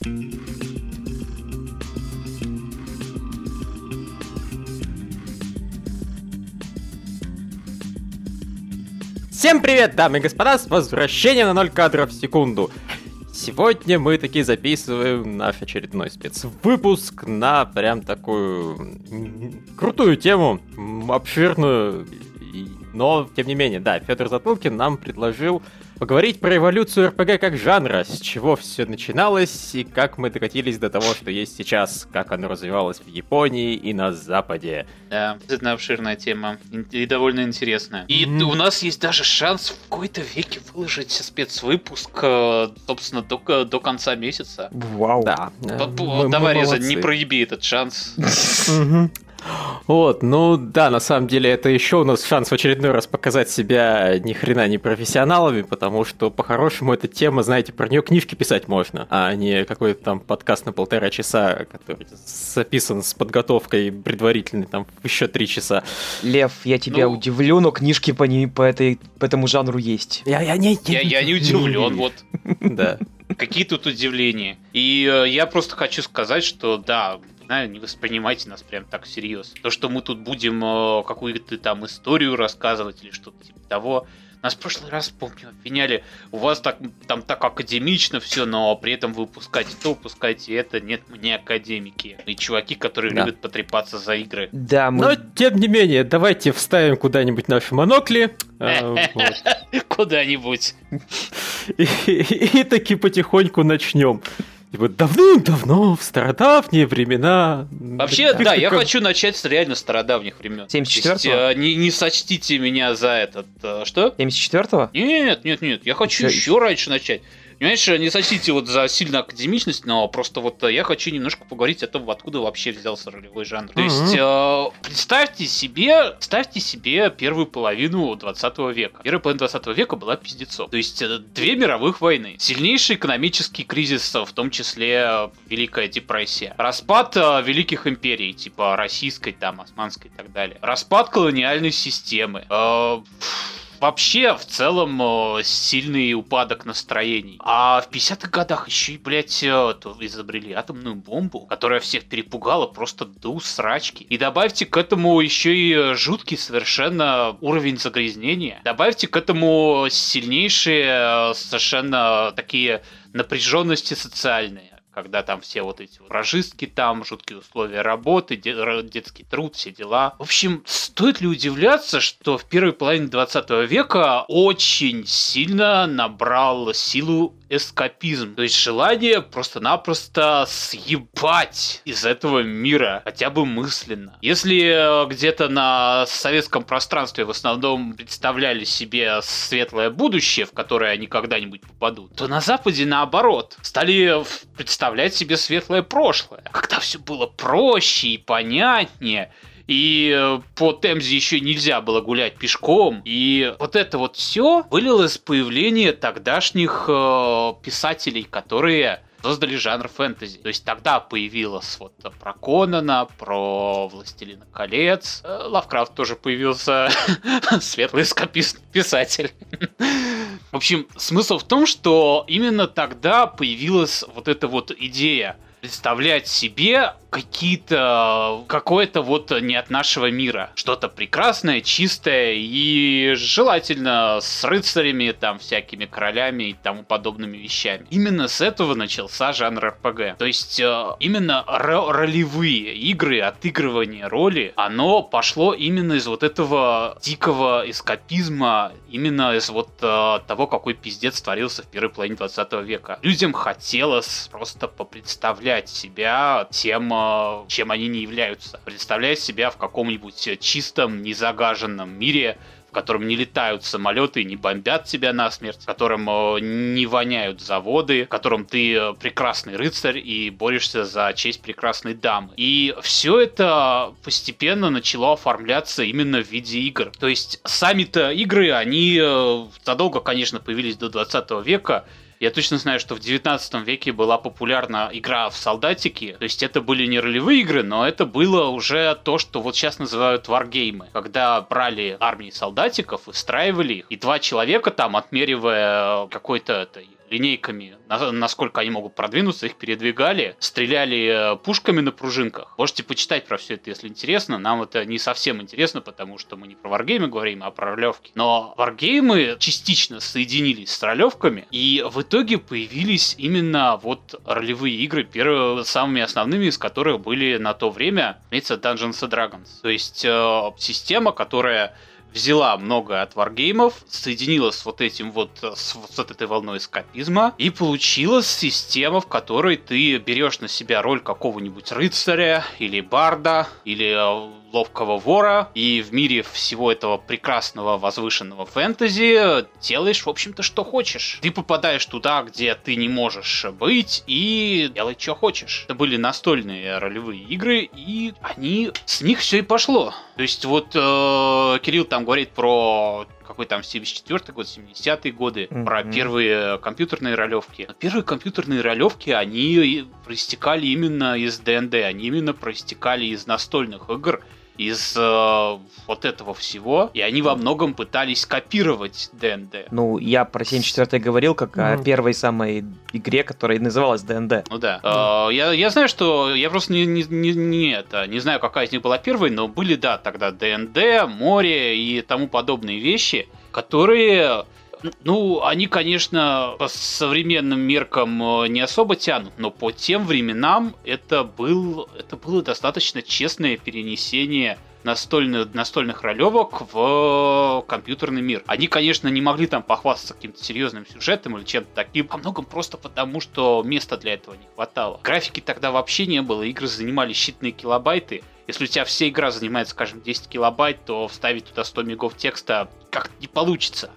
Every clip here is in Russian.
Всем привет, дамы и господа, с возвращением на 0 кадров в секунду. Сегодня мы таки записываем наш очередной спецвыпуск на прям такую крутую тему, обширную, но тем не менее, да, Федор Затылкин нам предложил поговорить про эволюцию РПГ как жанра, с чего все начиналось и как мы докатились до того, что есть сейчас, как оно развивалось в Японии и на Западе. Да, это обширная тема и довольно интересная. И у нас есть даже шанс в какой-то веке выложить спецвыпуск, собственно, до конца месяца. Вау. Да. Давай, Реза, не проеби этот шанс. Вот, ну да, на самом деле это еще у нас шанс в очередной раз показать себя ни хрена не профессионалами, потому что по-хорошему эта тема, знаете, про нее книжки писать можно, а не какой-то там подкаст на 1,5 часа, который записан с подготовкой предварительной там еще 3 часа. Лев, я тебя удивлю, но книжки по этому жанру есть. Я не удивлен, вот. Да. Какие тут удивления. И я просто хочу сказать, что да, не воспринимайте нас прям так всерьез. То, что мы тут будем какую-то там историю рассказывать или что-то типа того. Нас в прошлый раз, помню, обвиняли, у вас так академично все, но при этом вы упускаете то, упускаете это. Нет, мы не академики. Мы чуваки, которые любят потрепаться за игры. Да, Но, тем не менее, давайте вставим куда-нибудь наши монокли. Куда-нибудь. И таки потихоньку начнем. И вот давным-давно, в стародавние времена... Вообще, да, я хочу начать с реально стародавних времен. 74-го? Не сочтите меня за этот... Что? 74-го? Нет, я хочу еще раньше начать. Понимаешь, не сочтите вот за сильную академичность, но просто вот я хочу немножко поговорить о том, откуда вообще взялся ролевой жанр. То есть, представьте себе первую половину 20 века. Первая половина 20 века была пиздецом. То есть, 2 мировых войны. Сильнейший экономический кризис, в том числе Великая депрессия. Распад великих империй, типа российской, там, османской и так далее. Распад колониальной системы. Вообще, в целом, сильный упадок настроений. А в 50-х годах еще и, изобрели атомную бомбу, которая всех перепугала просто до усрачки. И добавьте к этому еще и жуткий совершенно уровень загрязнения. Добавьте к этому сильнейшие совершенно такие напряженности социальные. Когда там все вот эти прожистки там, жуткие условия работы, детский труд, все дела. В общем, стоит ли удивляться, что в первой половине 20 века очень сильно набрал силу эскапизм. То есть желание просто-напросто съебать из этого мира, хотя бы мысленно. Если где-то на советском пространстве в основном представляли себе светлое будущее, в которое они когда-нибудь попадут, то на Западе наоборот. Стали представлять себе светлое прошлое. Когда все было проще и понятнее. И по Темзе еще нельзя было гулять пешком. И вот это вот все вылилось из появления тогдашних писателей, которые создали жанр фэнтези. То есть тогда появилось вот про Конана, про Властелина колец. Лавкрафт тоже появился. Светлый эскапист писатель. В общем, смысл в том, что именно тогда появилась вот эта вот идея представлять себе какое-то вот не от нашего мира. Что-то прекрасное, чистое и желательно с рыцарями, там, всякими королями и тому подобными вещами. Именно с этого начался жанр РПГ. То есть именно ролевые игры, отыгрывание роли, оно пошло именно из вот этого дикого эскапизма, именно из вот того, какой пиздец творился в первой половине 20 века. Людям хотелось просто попредставлять себя тем, чем они не являются. Представлять себя в каком-нибудь чистом, незагаженном мире, в котором не летают самолеты и не бомбят тебя насмерть, в котором не воняют заводы, в котором ты прекрасный рыцарь и борешься за честь прекрасной дамы. И все это постепенно начало оформляться именно в виде игр. То есть сами-то игры, они задолго, конечно, появились до 20 века. Я точно знаю, что в 19 веке была популярна игра в солдатики. То есть это были не ролевые игры, но это было уже то, что вот сейчас называют варгеймы. Когда брали армии солдатиков, выстраивали их, и 2 человека там, отмеривая какой-то линейками, насколько они могут продвинуться, их передвигали, стреляли пушками на пружинках. Можете почитать про все это, если интересно. Нам это не совсем интересно, потому что мы не про варгеймы говорим, а про ролевки. Но варгеймы частично соединились с ролевками, и в итоге появились именно вот ролевые игры, самыми основными из которых были на то время, имеется Dungeons & Dragons. То есть система, которая взяла много от варгеймов, соединила с вот этим вот, с вот этой волной эскапизма, и получилась система, в которой ты берешь на себя роль какого-нибудь рыцаря, или барда, или ловкого вора, и в мире всего этого прекрасного возвышенного фэнтези делаешь, в общем-то, что хочешь. Ты попадаешь туда, где ты не можешь быть, и делай, что хочешь. Это были настольные ролевые игры, и с них все и пошло. То есть вот Кирилл там говорит про какой там 74-й год, 70-е годы, про первые компьютерные ролевки. Но первые компьютерные ролевки, они проистекали именно из ДНД, они именно проистекали из настольных игр, из вот этого всего, и они во многом пытались копировать ДНД. Ну, я про 74-й говорил, как о первой самой игре, которая называлась ДНД. Ну да. Я знаю, что... Я просто не знаю, какая из них была первой, но были, да, тогда ДНД, море и тому подобные вещи, которые... Ну, они, конечно, по современным меркам не особо тянут, но по тем временам это было достаточно честное перенесение настольных ролевок в компьютерный мир. Они, конечно, не могли там похвастаться каким-то серьезным сюжетом или чем-то таким, во многом просто потому, что места для этого не хватало. Графики тогда вообще не было, игры занимали считанные килобайты. Если у тебя вся игра занимает, скажем, 10 килобайт, то вставить туда 100 мегов текста как-то не получится.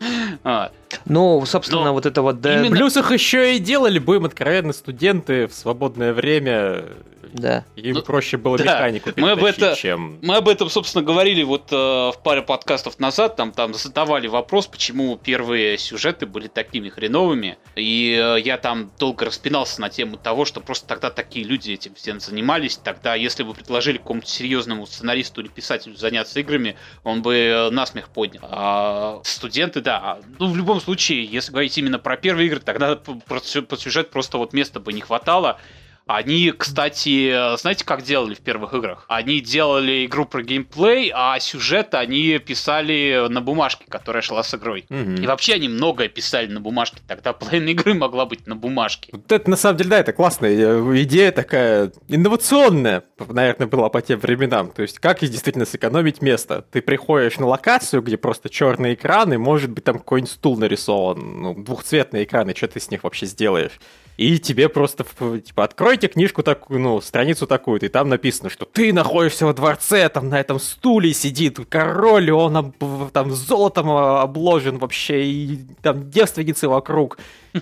Ну, собственно, вот это вот... В плюсах еще и делали, будем откровенны, студенты в свободное время... Да. Им проще было механику перетащить, чем... Мы об этом, собственно, говорили вот в паре подкастов назад, там задавали вопрос, почему первые сюжеты были такими хреновыми, и я там долго распинался на тему того, что просто тогда такие люди этим всем занимались, тогда если бы предложили какому-то серьезному сценаристу или писателю заняться играми, он бы насмех поднял. А студенты, да, ну в любом случае, если говорить именно про первые игры, тогда под сюжет просто вот места бы не хватало. Они, кстати, знаете, как делали в первых играх? Они делали игру про геймплей, а сюжет они писали на бумажке, которая шла с игрой. И вообще они многое писали на бумажке. Тогда половина игры могла быть на бумажке. Вот это, на самом деле, да, это классная идея такая, инновационная, наверное, была по тем временам. То есть, как действительно сэкономить место? Ты приходишь на локацию, где просто черный экран, и, может быть, там какой-нибудь стул нарисован, ну, двухцветные экраны, что ты с них вообще сделаешь? И тебе просто, типа, откройте книжку такую, ну, страницу такую-то, и там написано, что ты находишься во дворце, там на этом стуле сидит король, и он там золотом обложен вообще, и там девственницы вокруг.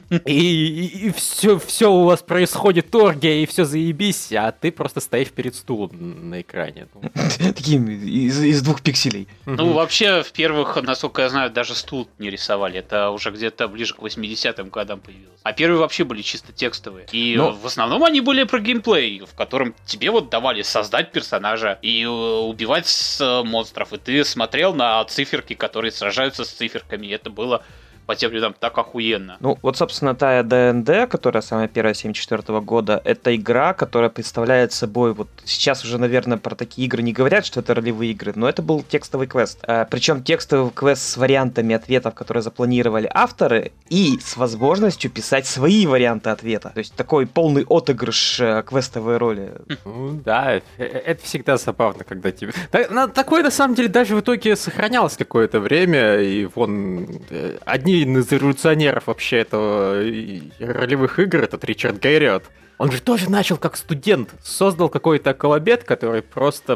И все у вас происходит оргия, и все заебись, а ты просто стоишь перед стулом на экране. Таким из 2 пикселей. Ну, вообще, в первых, насколько я знаю, даже стул не рисовали. Это уже где-то ближе к 80-м годам появилось. А первые вообще были чисто текстовые. И в основном они были про геймплей, в котором тебе вот давали создать персонажа и убивать монстров. И ты смотрел на циферки, которые сражаются с циферками. И это было... по тем временам так охуенно. Ну, вот, собственно, та ДНД, которая самая первая 74 года, это игра, которая представляет собой, вот сейчас уже, наверное, про такие игры не говорят, что это ролевые игры, но это был текстовый квест. Причем текстовый квест с вариантами ответов, которые запланировали авторы, и с возможностью писать свои варианты ответа. То есть такой полный отыгрыш квестовой роли. Ну, да, это всегда забавно, когда тебе... Такое, на самом деле, даже в итоге сохранялось какое-то время, и вон одни из революционеров вообще этого ролевых игр, этот Ричард Гэрриот, он же тоже начал как студент, создал какой-то колобет, который просто...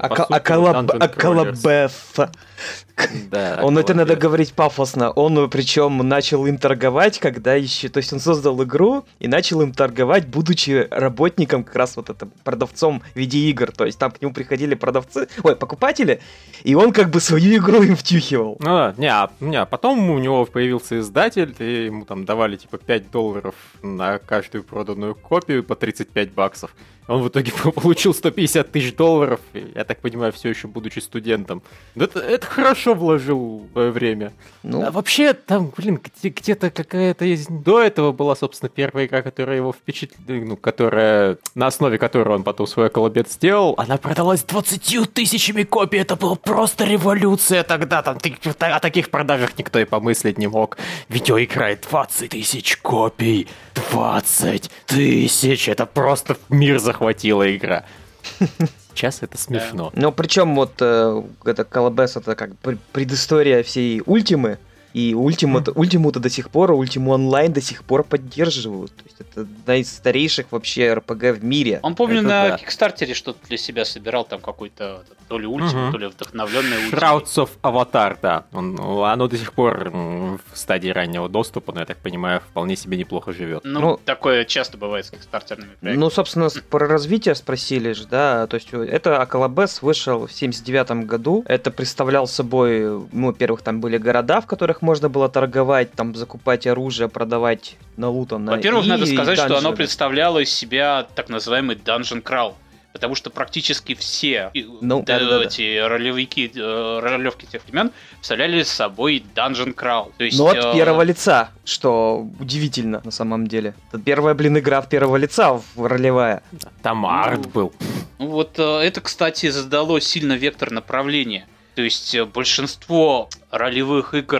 Колобеф. Да, он это надо говорить пафосно. Он причем начал им торговать, когда еще... То есть он создал игру и начал им торговать, будучи работником, как раз вот это, продавцом видеоигр. То есть там к нему приходили покупатели, и он как бы свою игру им втюхивал. Ну да, потом у него появился издатель, и ему там давали типа $5 на каждую проданную копию по 30 35 баксов. Он в итоге получил $150 тысяч, я так понимаю, все еще будучи студентом. Это хорошо вложил в свое время. Ну. А вообще, там, где-то какая-то есть... До этого была, собственно, первая игра, которая его впечатлила, которая, на основе которой он потом свой Околобет сделал. Она продалась 20 тысячами копий. Это была просто революция тогда. Там о таких продажах никто и помыслить не мог. Видеоигра 20 тысяч копий. 20 тысяч! Это просто мир захватила игра. Сейчас это смешно. Ну, причем вот это Колобес, это как предыстория всей Ультимы. И Ультиму-то до сих пор, Ультиму онлайн до сих пор поддерживают. То есть это одна из старейших вообще РПГ в мире. Он, помню, на Кикстартере что-то для себя собирал, там какой-то то ли Ультиму, то ли вдохновленный Ультиму. Shrouds of Avatar, да. Оно до сих пор в стадии раннего доступа, но, я так понимаю, вполне себе неплохо живет. Ну, такое часто бывает с кикстартерными проектами. Ну, собственно, про развитие спросили же, да. То есть это Околобес вышел в 79 году. Это представлял собой, ну, во-первых, там были города, в которых можно было торговать, там, закупать оружие, продавать налутанное. Во-первых, надо сказать, что оно представляло из себя так называемый Dungeon Crawl. Потому что практически все эти ролевки тех времен представляли собой Dungeon Crawl. То есть, но от первого лица, что удивительно на самом деле. Это первая, игра от первого лица ролевая. Там арт был. Ну вот это, кстати, задало сильно вектор направления. То есть большинство ролевых игр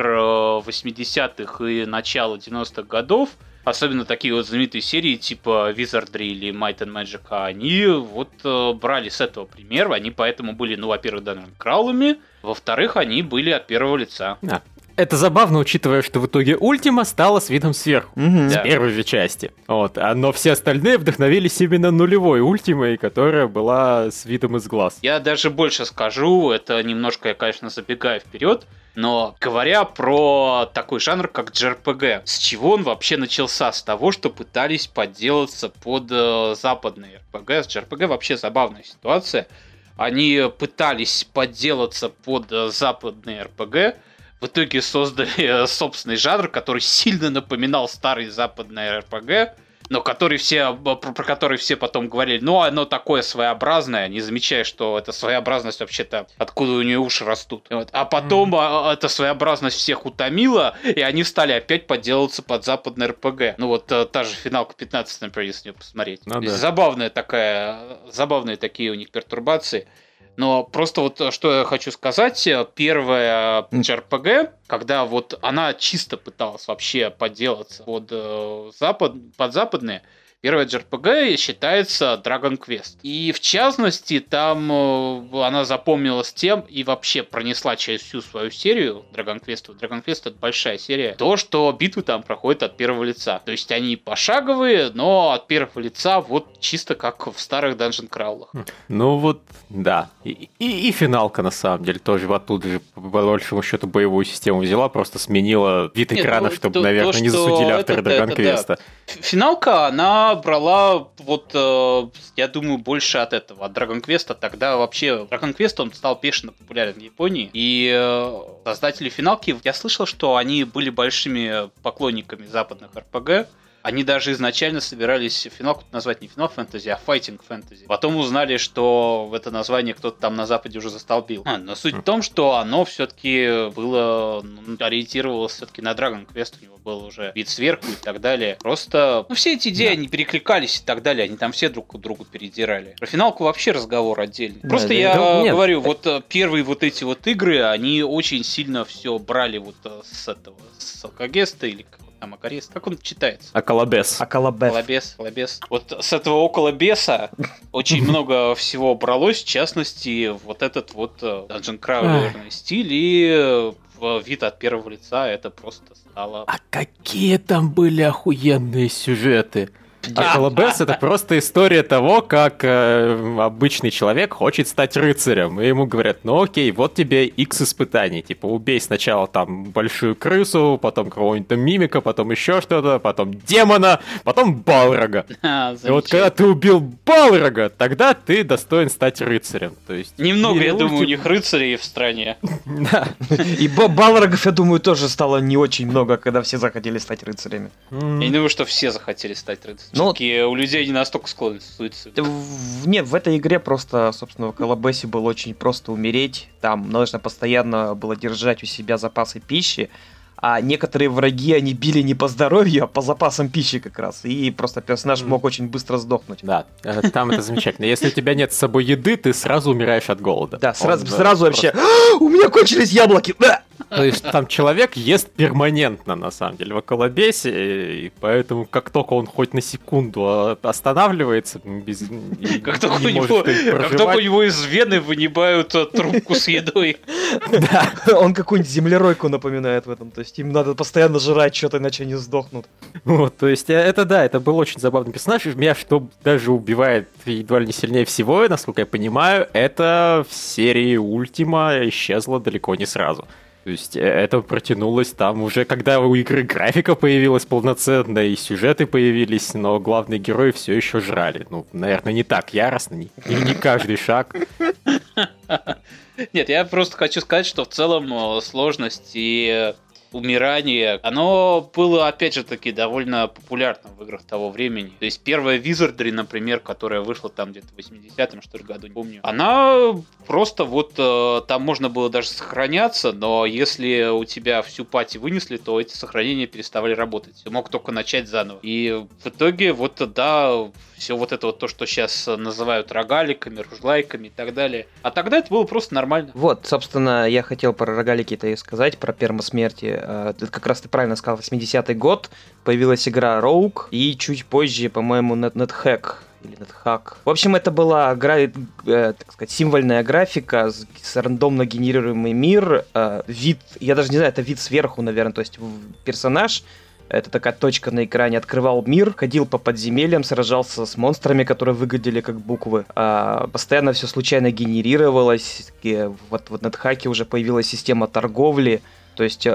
80-х и начала 90-х годов, особенно такие вот знаменитые серии типа Wizardry или Might and Magic, они вот брали с этого пример, они поэтому были, ну, во-первых, данжен-краулами, во-вторых, они были от первого лица. Да. Это забавно, учитывая, что в итоге Ультима стала с видом сверху, с первой же части. Вот. Но все остальные вдохновились именно нулевой Ультимой, которая была с видом из глаз. Я даже больше скажу, это немножко я, конечно, забегаю вперед, но говоря про такой жанр, как JRPG, с чего он вообще начался? С того, что пытались подделаться под западные RPG. С JRPG вообще забавная ситуация. Они пытались подделаться под западные RPG, в итоге создали собственный жанр, который сильно напоминал старый западный RPG, но про который все потом говорили, ну, оно такое своеобразное, не замечая, что эта своеобразность вообще-то, откуда у нее уши растут. Вот. А потом эта своеобразность всех утомила, и они стали опять подделываться под западный РПГ. Ну вот та же финалка 15, например, если ее посмотреть. Ну, да. Забавные такие у них пертурбации. Но просто вот что я хочу сказать, первая JRPG, когда вот она чисто пыталась вообще подделаться под западные, первая JRPG считается Dragon Quest. И в частности, там она запомнилась тем и вообще пронесла через всю свою серию Dragon Quest. Dragon Quest — это большая серия. То, что битвы там проходят от первого лица. То есть они пошаговые, но от первого лица вот чисто как в старых данжен-краулах. Ну вот, да. И финалка, на самом деле, тоже оттуда же, по большому счету, боевую систему взяла, просто сменила вид экрана, чтобы, наверное, не засудили авторы Dragon Quest. Финалка, она брала, вот, я думаю, больше от этого, от Dragon Quest. Тогда вообще Dragon Quest, он стал бешено популярен в Японии. И создатели финалки, я слышал, что они были большими поклонниками западных RPG. Они даже изначально собирались финалку назвать не Final Fantasy, а Fighting Fantasy. Потом узнали, что это название кто-то там на Западе уже застолбил. Но суть в том, что оно все-таки было, ориентировалось все-таки на Dragon Quest. У него был уже вид сверху и так далее. Просто, все эти идеи, они перекликались и так далее. Они там все друг к другу передирали. Про финалку вообще разговор отдельный. Просто я говорю, вот первые вот эти вот игры, они очень сильно все брали вот с этого, с Алкогеста или там Акарест, как он читается? Аколобес. Аколобес. Вот с этого Околобеса очень много всего бралось, в частности, вот этот вот Dungeon Crawl стиль и вид от первого лица, это просто стало... А какие там были охуенные сюжеты! Околобес — это просто история того, как обычный человек хочет стать рыцарем. И ему говорят, ну окей, вот тебе X испытаний. Типа, убей сначала там большую крысу, потом кого-нибудь там мимика, потом еще что-то, потом демона, потом Балрога. И вот когда ты убил Балрога, тогда ты достоин стать рыцарем. То есть, немного, я думаю, у них рыцарей в стране. Да. И Балрогов, я думаю, тоже стало не очень много, когда все захотели стать рыцарями. Я не думаю, что все захотели стать рыцарями. Все-таки у людей не настолько склонны к суициду. Не, в этой игре просто, собственно, в Колобессе было очень просто умереть. Там нужно постоянно было держать у себя запасы пищи. А некоторые враги, они били не по здоровью, а по запасам пищи как раз. И просто персонаж мог очень быстро сдохнуть. Да, там это замечательно. Если у тебя нет с собой еды, ты сразу умираешь от голода. Да, сразу вообще... У меня кончились яблоки! Да! То есть там человек ест перманентно, на самом деле, в Колобесе, и поэтому как только он хоть на секунду останавливается, как только у него из вены вынимают трубку с едой. Да, он какую-нибудь землеройку напоминает в этом, то есть им надо постоянно жрать что-то, иначе они сдохнут. Вот, то есть это был очень забавный персонаж, и меня что даже убивает едва ли не сильнее всего, насколько я понимаю, это в серии Ультима исчезло далеко не сразу. То есть это протянулось там уже, когда у игры графика появилась полноценная, и сюжеты появились, но главные герои все еще жрали. Ну, наверное, не так яростно, не каждый шаг. Нет, я просто хочу сказать, что в целом сложность и умирание, оно было, опять же таки, довольно популярно в играх того времени. То есть первая Wizardry, например, которая вышла там где-то в 80-м, что ли, году, не помню, она просто вот, там можно было даже сохраняться, но если у тебя всю пати вынесли, то эти сохранения переставали работать. Ты мог только начать заново. И в итоге вот, да, все вот это вот то, что сейчас называют рогаликами, ружлайками и так далее. А тогда это было просто нормально. Вот, собственно, я хотел про рогалики-то и сказать, про пермосмерти. Как раз ты правильно сказал, 80-й год, появилась игра Rogue, и чуть позже, по-моему, NetHack или NetHack. В общем, это была так сказать, символьная графика с рандомно генерируемый мир, вид, я даже не знаю, это вид сверху, наверное, то есть персонаж. Это такая точка на экране, открывал мир, ходил по подземельям, сражался с монстрами, которые выглядели как буквы. Постоянно все случайно генерировалось. Вот в NetHack уже появилась система торговли. То есть,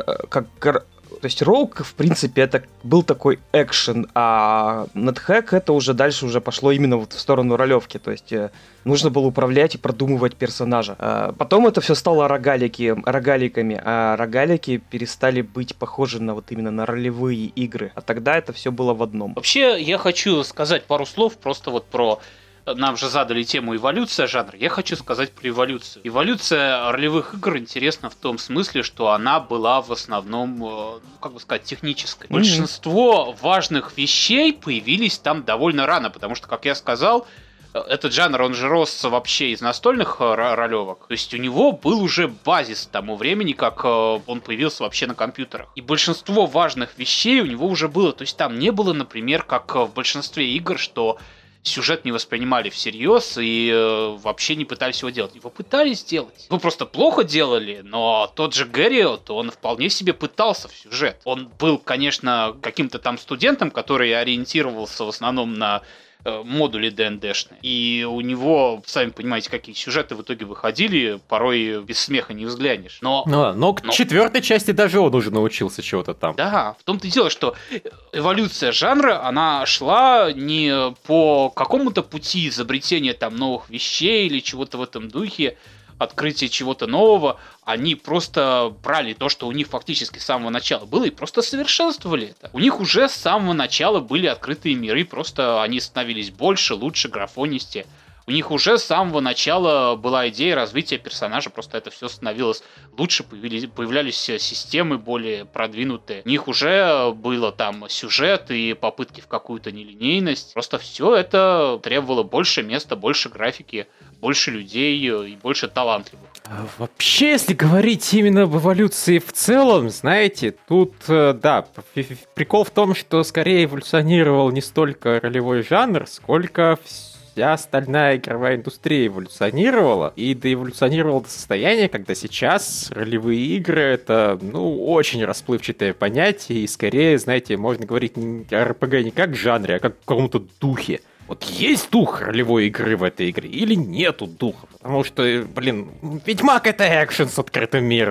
Rogue, в принципе, это был такой экшен, а NetHack это уже дальше уже пошло именно вот в сторону ролевки. То есть нужно было управлять и продумывать персонажа. Потом это все стало рогаликами, а рогалики перестали быть похожи на вот именно на ролевые игры. А тогда это все было в одном. Вообще, я хочу сказать пару слов просто вот про... Нам же задали тему эволюция жанра. Я хочу сказать про эволюцию. Эволюция ролевых игр интересна в том смысле, что она была в основном, как бы сказать, технической. Большинство важных вещей появились там довольно рано, потому что, как я сказал, этот жанр, он же рос вообще из настольных ролевок. То есть у него был уже базис к тому времени, как он появился вообще на компьютерах. И большинство важных вещей у него уже было. То есть там не было, например, как в большинстве игр, что сюжет не воспринимали всерьез и вообще не пытались его делать. Его пытались делать. Его просто плохо делали, но тот же Гэриот, он вполне себе пытался в сюжет. Он был, конечно, каким-то там студентом, который ориентировался в основном на модули ДНДшные. И у него, сами понимаете, какие сюжеты в итоге выходили, порой без смеха не взглянешь. Но к четвертой части даже он уже научился чего-то там. Да, в том-то и дело, что эволюция жанра, она шла не по какому-то пути изобретения там новых вещей или чего-то в этом духе, открытие чего-то нового, они просто брали то, что у них фактически с самого начала было, и просто совершенствовали это. У них уже с самого начала были открытые миры, просто они становились больше, лучше, графонистее. У них уже с самого начала была идея развития персонажа, просто это все становилось лучше, появлялись системы более продвинутые. У них уже было там сюжет и попытки в какую-то нелинейность. Просто все это требовало больше места, больше графики, больше людей и больше талантливых. Вообще, если говорить именно об эволюции в целом, знаете, тут, да, прикол в том, что скорее эволюционировал не столько ролевой жанр, сколько вся остальная игровая индустрия эволюционировала, и доэволюционировала до состояния, когда сейчас ролевые игры — это, очень расплывчатое понятие, и скорее, знаете, можно говорить о РПГ не как жанре, а как о каком-то духе. Вот есть дух ролевой игры в этой игре или нету духа? Потому что, Ведьмак — это экшен с открытым миром.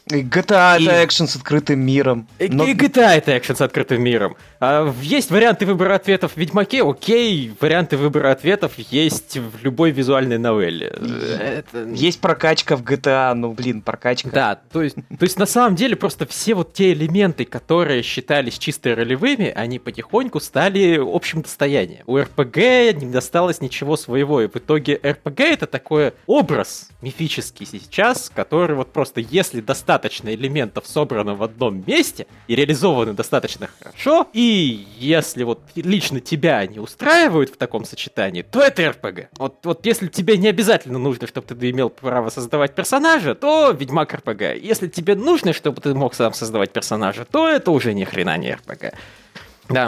GTA это экшен с открытым миром. И GTA это экшен с открытым миром. Есть варианты выбора ответов в Ведьмаке, окей, варианты выбора ответов есть в любой визуальной новелле. Есть прокачка в GTA, прокачка. Да, то есть на самом деле просто все вот те элементы, которые считались чисто ролевыми, они потихоньку стали общим достоянием. У РПГ не досталось ничего своего, и в итоге РПГ это такой образ мифический сейчас, который вот просто если достаточно элементов собрано в одном месте и реализованы достаточно хорошо, и если вот лично тебя они устраивают в таком сочетании, то это РПГ. Вот если тебе не обязательно нужно, чтобы ты имел право создавать персонажа, то Ведьмак РПГ. Если тебе нужно, чтобы ты мог сам создавать персонажа, то это уже ни хрена не РПГ. Да,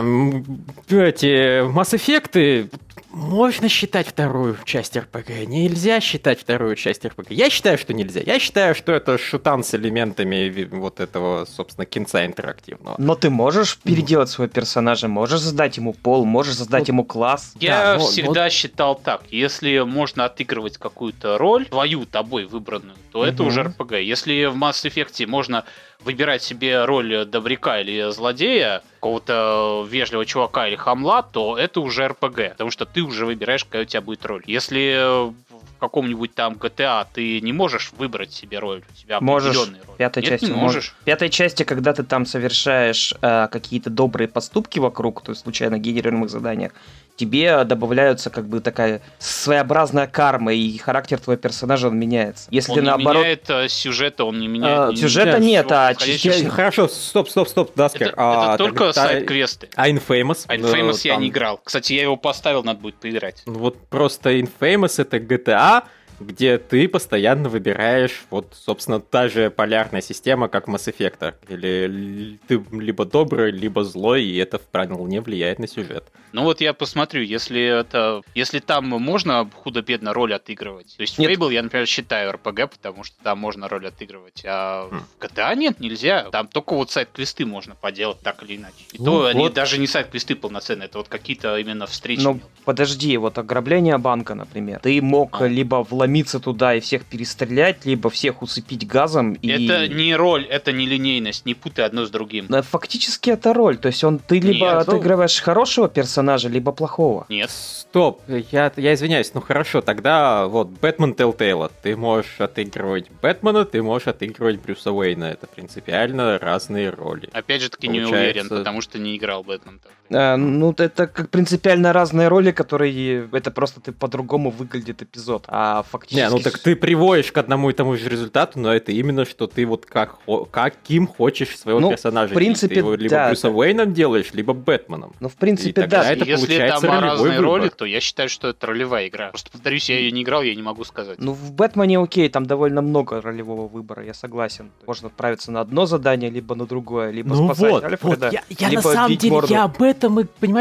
эти Mass Effect'ы можно считать вторую часть РПГ, нельзя считать вторую часть РПГ. Я считаю, что нельзя. Я считаю, что это шутан с элементами вот этого, собственно, кинца интерактивного. Но ты можешь переделать своего персонажа, можешь задать ему пол, можешь задать ему класс. Я всегда считал так, если можно отыгрывать какую-то роль, твою тобой выбранную, то это уже РПГ. Если в Mass Effect можно выбирать себе роль добряка или злодея, какого-то вежливого чувака или хамла, то это уже РПГ, потому что ты уже выбираешь, какая у тебя будет роль. Если в каком-нибудь там GTA ты не можешь выбрать себе роль, у тебя определенная роль. Пятой части не можешь. В пятой части, когда ты там совершаешь какие-то добрые поступки вокруг, то есть случайно генерируемых заданиях, тебе добавляются как бы такая своеобразная карма, и характер твоего персонажа, он меняется. Если он ты наоборот... не меняет сюжета, он не меняет... Сюжета нет, Хорошо, стоп, Даскер. Это только сайд-квесты. А Infamous? Infamous я не играл. Кстати, я его поставил, надо будет поиграть. Вот просто Infamous это GTA, где ты постоянно выбираешь, вот, собственно, та же полярная система, как в Mass Effect. Или ты либо добрый, либо злой, и это вполне влияет на сюжет. Ну вот я посмотрю, если там можно худо-бедно роль отыгрывать. То есть в Fable я, например, считаю RPG, потому что там можно роль отыгрывать. А в GTA нет, нельзя. Там только вот сайт-квесты можно поделать так или иначе. И то они даже не сайт-квесты полноценные, это вот какие-то именно встречи. Ну, подожди, вот ограбление банка, например. Ты мог либо вломиться туда и всех перестрелять, либо всех усыпить газом. Это не роль, это не линейность, не путай одно с другим. Фактически это роль, то есть ты либо отыгрываешь хорошего персонажа, либо плохого. Нет. Стоп, я извиняюсь, ну хорошо, тогда вот Бэтмен Телтейла. Ты можешь отыгрывать Бэтмена, ты можешь отыгрывать Брюса Уэйна. Это принципиально разные роли. Опять же таки не уверен, потому что не играл Бэтмен. Ну, это как принципиально разные роли, которые... Это просто ты по-другому выглядит эпизод. А фактически... Не, ну так ты приводишь к одному и тому же результату, но это именно, что ты вот каким хочешь своего персонажа. В принципе, ты его либо Брюсом Уэйном делаешь, либо Бэтменом. Ну, в принципе, да. Это если там разные выбор. роли, то я считаю, что это ролевая игра. Просто, повторюсь, я ее не играл, я не могу сказать. Ну, в Бэтмене окей, там довольно много ролевого выбора, я согласен. Можно отправиться на одно задание, либо на другое, либо спасать Альфреда, я либо на самом деле, морду. я об этом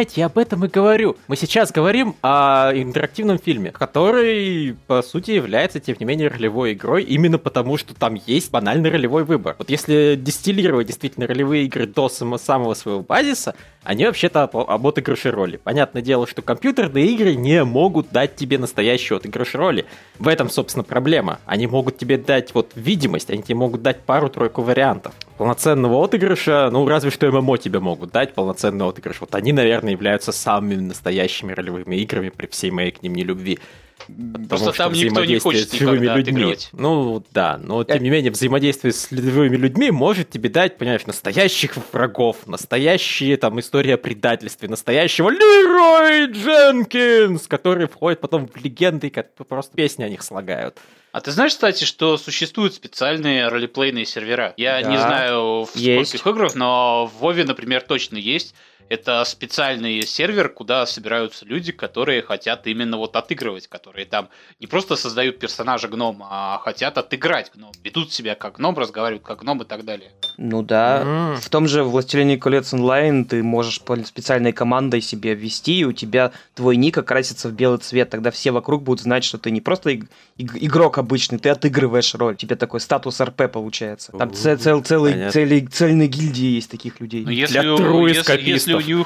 и говорю. Мы сейчас говорим о интерактивном фильме, который, по сути, является, тем не менее, ролевой игрой, именно потому, что там есть банальный ролевой выбор. Вот если дистиллировать действительно ролевые игры до самого своего базиса, они вообще-то об отыгрыше роли. Понятное дело, что компьютерные игры не могут дать тебе настоящий отыгрыш роли. В этом, собственно, проблема. Они могут тебе дать вот видимость, они тебе могут дать пару-тройку вариантов. Полноценного отыгрыша, ну, разве что ММО тебе могут дать полноценный отыгрыш. Вот они, наверное, являются самыми настоящими ролевыми играми при всей моей к ним нелюбви. Просто там никто не хочет никогда отыгрывать. Ну да, но тем не менее взаимодействие с живыми людьми может тебе дать, понимаешь, настоящих врагов, настоящие там истории о предательстве, настоящего Лерой Дженкинс, который входит потом в легенды, и просто песни о них слагают. А ты знаешь, кстати, что существуют специальные ролеплейные сервера? Я не знаю, в скольких играх, но в Вове, например, точно есть. Это специальный сервер, куда собираются люди, которые хотят именно вот отыгрывать, которые там не просто создают персонажа гнома, а хотят отыграть гном. Ведут себя как гном, разговаривают как гном и так далее. Ну да. В том же «Властелине колец онлайн» ты можешь специальной командой себе ввести, и у тебя твой ник окрасится в белый цвет. Тогда все вокруг будут знать, что ты не просто игрок обычный, ты отыгрываешь роль. У тебя такой статус РП получается. Там цельные гильдии есть таких людей. Но если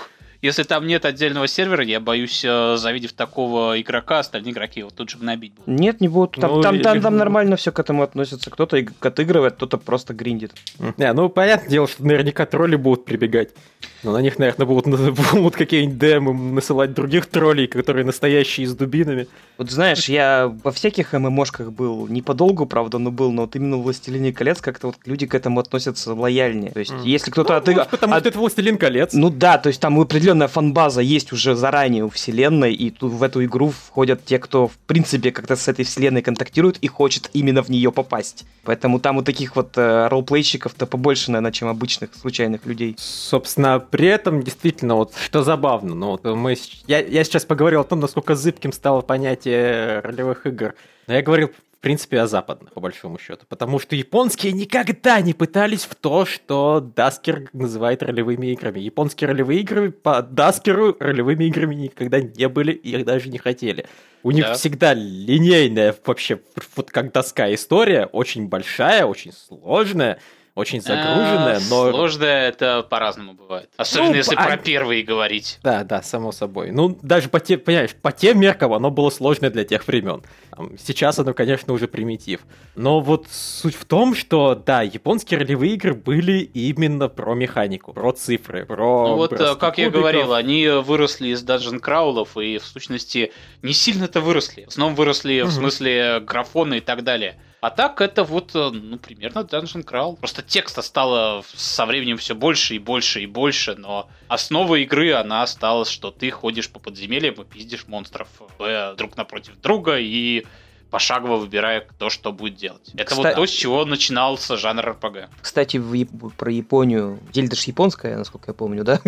если там нет отдельного сервера, я боюсь, завидев такого игрока, остальные игроки его тут же гнобить будут. Нет, не будут. Там нормально все к этому относится. Кто-то отыгрывает, кто-то просто гриндит. Ну, понятное дело, что наверняка тролли будут прибегать. Но на них, наверное, будут какие-нибудь ДМы насылать других троллей, которые настоящие с дубинами. Вот знаешь, я во всяких ММОшках был, не подолгу, правда, но был, но вот именно в «Властелине колец» как-то вот люди к этому относятся лояльнее. То есть, если кто-то потому что это «Властелин колец». Ну да, то есть там определенная фан-база есть уже заранее у вселенной, и тут в эту игру входят те, кто, в принципе, как-то с этой вселенной контактирует и хочет именно в нее попасть. Поэтому там у таких вот ролплейщиков-то побольше, наверное, чем обычных случайных людей. Собственно, при этом, действительно, вот что забавно, ну, вот я сейчас поговорил о том, насколько зыбким стало понятие ролевых игр, но я говорил, в принципе, о западных, по большому счету, потому что японские никогда не пытались в то, что Даскер называет ролевыми играми. Японские ролевые игры по Даскеру ролевыми играми никогда не были и даже не хотели. У них всегда линейная, вообще, вот как доска история, очень большая, очень сложная, очень загруженная, но... Сложная, это по-разному бывает. Особенно если про первые говорить. Да, само собой. Ну, даже по тем меркам оно было сложное для тех времен. Сейчас оно, конечно, уже примитив. Но вот суть в том, что, да, японские ролевые игры были именно про механику, про цифры, про... Ну вот, как я говорил, они выросли из данжен-краулов и, в сущности, не сильно-то выросли. В основном выросли в смысле графона и так далее. А так это вот, ну, примерно Dungeon Crawl. Просто текста стало со временем все больше и больше и больше, но основа игры, она осталась, что ты ходишь по подземельям и пиздишь монстров друг напротив друга и пошагово выбирая, кто что будет делать. Это вот то, с чего начинался жанр РПГ. Кстати, про Японию. Зельда ж японская, насколько я помню, да?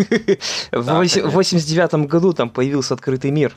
В 89-м году там появился открытый мир.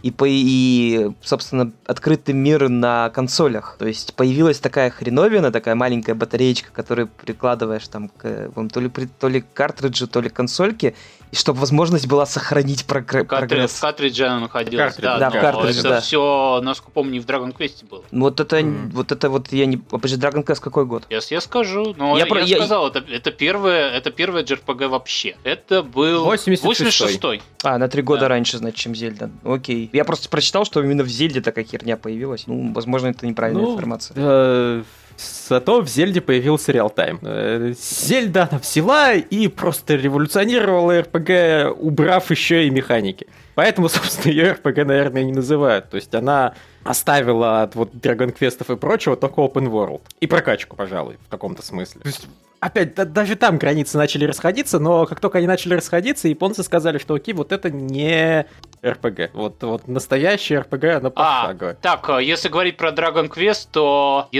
И, собственно, открытый мир на консолях. То есть появилась такая хреновина, такая маленькая батареечка, которую прикладываешь там к то ли картриджу, то ли консольке, и чтобы возможность была сохранить прогресс. В картридже она находилась. Да, в картридже, это все, насколько помню, не в Dragon Quest было. Вот это я не... Подожди, Dragon Quest какой год? Я скажу, но я сказал, это первое JRPG вообще. Это был 86-й. На 3 года раньше, значит, чем Зельда. Окей. Я просто прочитал, что именно в Зельде такая херня появилась. Ну, возможно, это неправильная информация. Зато в Зельде появился реалтайм. Зельда она взяла и просто революционировала РПГ, убрав еще и механики. Поэтому, собственно, ее РПГ, наверное, не называют. То есть она оставила от вот Dragon Quest'ов и прочего только Open World. И прокачку, пожалуй, в каком-то смысле. То есть, опять, даже там границы начали расходиться, но как только они начали расходиться, японцы сказали, что окей, вот это не РПГ. Вот настоящая РПГ, она пошаговая. Так, если говорить про Dragon Quest, то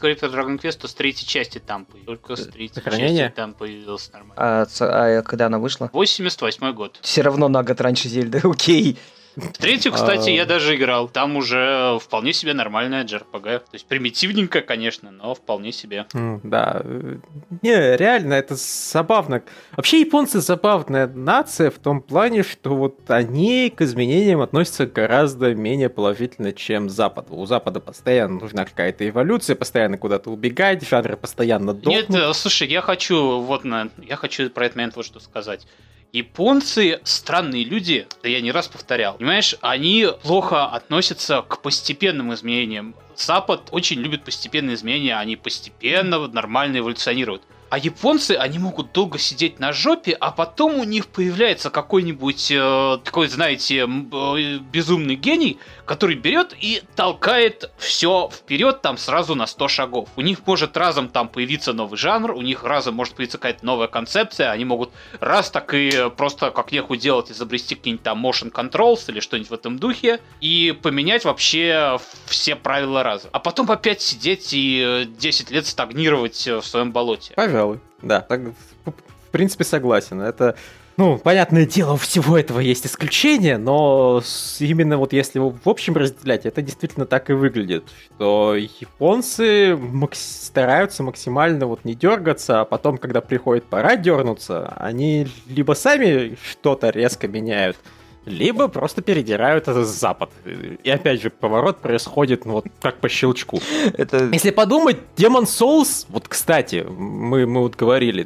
с третьей части там появилось. Только с третьей части там появилось нормально. А когда она вышла? 88-й год. Все равно на год раньше Зельды, окей. В третью, кстати, я даже играл. Там уже вполне себе нормальная JRPG. То есть примитивненько, конечно, но вполне себе. Да. Не, реально, это забавно. Вообще японцы забавная нация в том плане, что вот они к изменениям относятся гораздо менее положительно, чем Запад. У Запада постоянно нужна какая-то эволюция, постоянно куда-то убегать, жанры постоянно дохнут. Нет, слушай, я хочу про этот момент вот что сказать. Японцы странные люди, да я не раз повторял. Понимаешь, они плохо относятся к постепенным изменениям. Запад очень любит постепенные изменения, они постепенно нормально эволюционируют. А японцы, они могут долго сидеть на жопе, а потом у них появляется какой-нибудь такой, знаете, безумный гений, который берет и толкает все вперед там сразу на 100 шагов. У них может разом там появиться новый жанр, у них разом может появиться какая-то новая концепция, они могут раз так и просто как нехуй делать, изобрести какие-нибудь там motion controls или что-нибудь в этом духе и поменять вообще все правила разом. А потом опять сидеть и 10 лет стагнировать в своем болоте. Пожалуй, да, так, в принципе, согласен. Это, понятное дело, у всего этого есть исключения, но именно вот если в общем разделять, это действительно так и выглядит, что японцы стараются максимально вот не дергаться, а потом, когда приходит пора дернуться, они либо сами что-то резко меняют, либо просто передирают это с Запад. И опять же, поворот происходит, ну, вот как по щелчку. Если подумать, Demon's Souls, вот, кстати, мы вот говорили,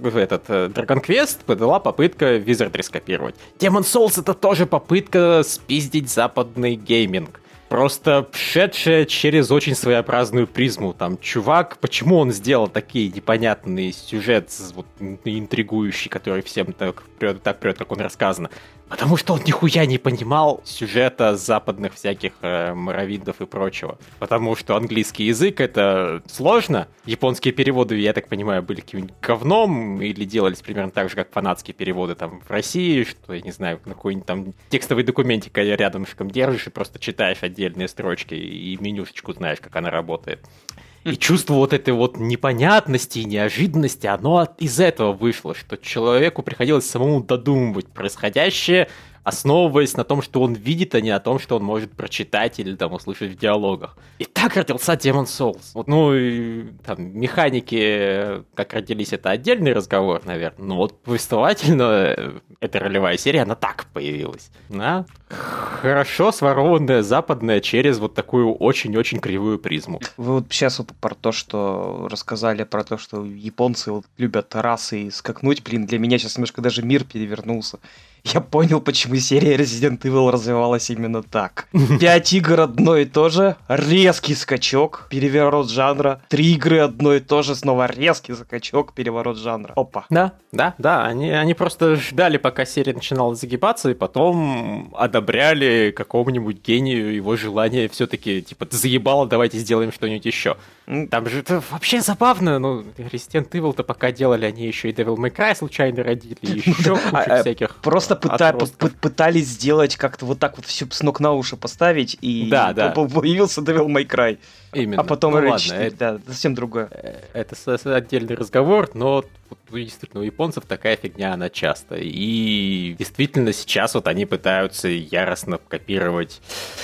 Dragon Quest была попытка Wizardry скопировать. Demon's Souls — это тоже попытка спиздить западный гейминг. Просто шедшая через очень своеобразную призму. Там, чувак, почему он сделал такие непонятные сюжет, вот, интригующий, который всем так прет, как он рассказано? Потому что он нихуя не понимал сюжета западных всяких моровиндов и прочего. Потому что английский язык — это сложно. Японские переводы, я так понимаю, были каким-нибудь говном или делались примерно так же, как фанатские переводы там в России, что, я не знаю, на какой-нибудь там текстовый документик рядышком держишь и просто читаешь отдельные строчки и менюшечку знаешь, как она работает. И чувство вот этой вот непонятности и неожиданности, оно из этого вышло, что человеку приходилось самому додумывать происходящее, основываясь на том, что он видит, а не о том, что он может прочитать или там услышать в диалогах. И так родился Demon's Souls. Вот, ну, и, там, механики, как родились, это отдельный разговор, наверное. Но вот повествовательно эта ролевая серия, она так появилась. Да? Хорошо сворованная западная через вот такую очень-очень кривую призму. Вы вот сейчас вот про то, что рассказали про то, что японцы вот любят расы и скакнуть, блин, для меня сейчас немножко даже мир перевернулся. Я понял, почему серия Resident Evil развивалась именно так. 5 игр одно и то же, резкий скачок, переворот жанра. 3 игры одно и то же, снова резкий скачок, переворот жанра. Опа. Да, они просто ждали, пока серия начинала загибаться, и потом одобряли какому-нибудь гению его желание все-таки, типа, ты заебало, давайте сделаем что-нибудь еще. Там же это вообще забавно, ну, Resident Evil-то пока делали, они еще и Devil May Cry случайно родили, еще куча всяких... Просто пытались сделать как-то вот так вот все с ног на уши поставить, и появился Devil May Cry. Именно. А потом ну, R4, да, совсем другое. Это отдельный разговор, но действительно у японцев такая фигня, она часто. И действительно сейчас вот они пытаются яростно копировать...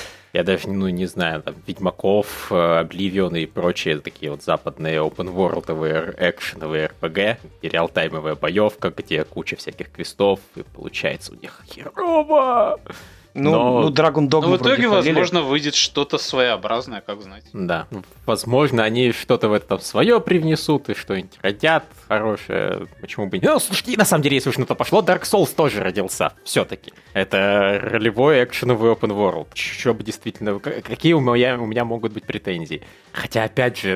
Я даже, не знаю, там, Ведьмаков, Обливион и прочие такие вот западные open-world'овые экшеновые RPG, и реалтаймовая боевка, где куча всяких квестов, и получается у них херово. Ну, Dragon Dogma в итоге, возможно, выйдет что-то своеобразное, как знать. Да, возможно, они что-то в этом свое привнесут и что-нибудь родят хорошее, почему бы не... Ну, слушайте, на самом деле, если уж на то пошло, Dark Souls тоже родился, все-таки. Это ролевой экшеновый open world. Что бы действительно... Какие у меня могут быть претензии? Хотя, опять же,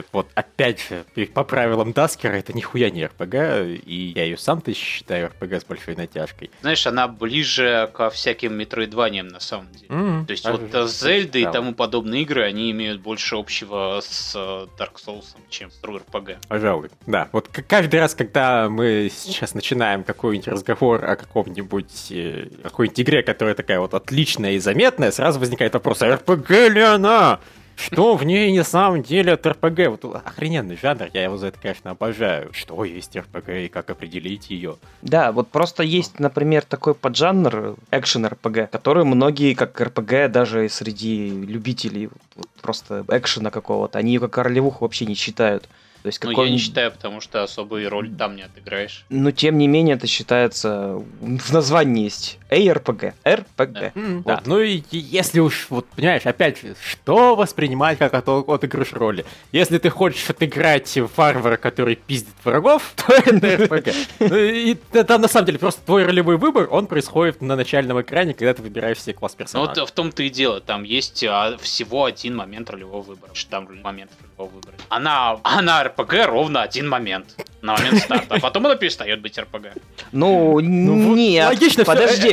по правилам Даскера, это нихуя не RPG, и я ее сам-то считаю RPG с большой натяжкой. Знаешь, она ближе ко всяким метроидваниям на самом деле. То есть вот Зельда и тому подобные игры, они имеют больше общего с Dark Souls, чем с True RPG. Пожалуй, да. Вот каждый раз, когда мы сейчас начинаем какой-нибудь разговор о какой-нибудь игре, которая такая вот отличная и заметная, сразу возникает вопрос, а RPG ли она? Что в ней на самом деле от РПГ? Вот охрененный жанр, я его за это, конечно, обожаю. Что есть РПГ и как определить ее? Да, вот просто есть, например, такой поджанр экшен-РПГ, который многие, как РПГ, даже среди любителей вот, просто экшена какого-то, они ее как ролевуху вообще не считают. То есть я не считаю, потому что особую роль там не отыграешь. Но тем не менее это считается... В названии есть ARPG. RPG. Да. Вот. Да. Ну и если уж, вот понимаешь, опять же, что воспринимать как отыгрыш роли? Если ты хочешь отыграть варвара, который пиздит врагов, то это RPG. И там на самом деле просто твой ролевой выбор, он происходит на начальном экране, когда ты выбираешь себе класс персонажа. Вот в том-то и дело, там есть всего один момент ролевого выбора. Там момент ролевого выбора. Она РПГ ровно один момент. На момент старта. А потом она перестает быть РПГ. Ну нет. Логично, подожди.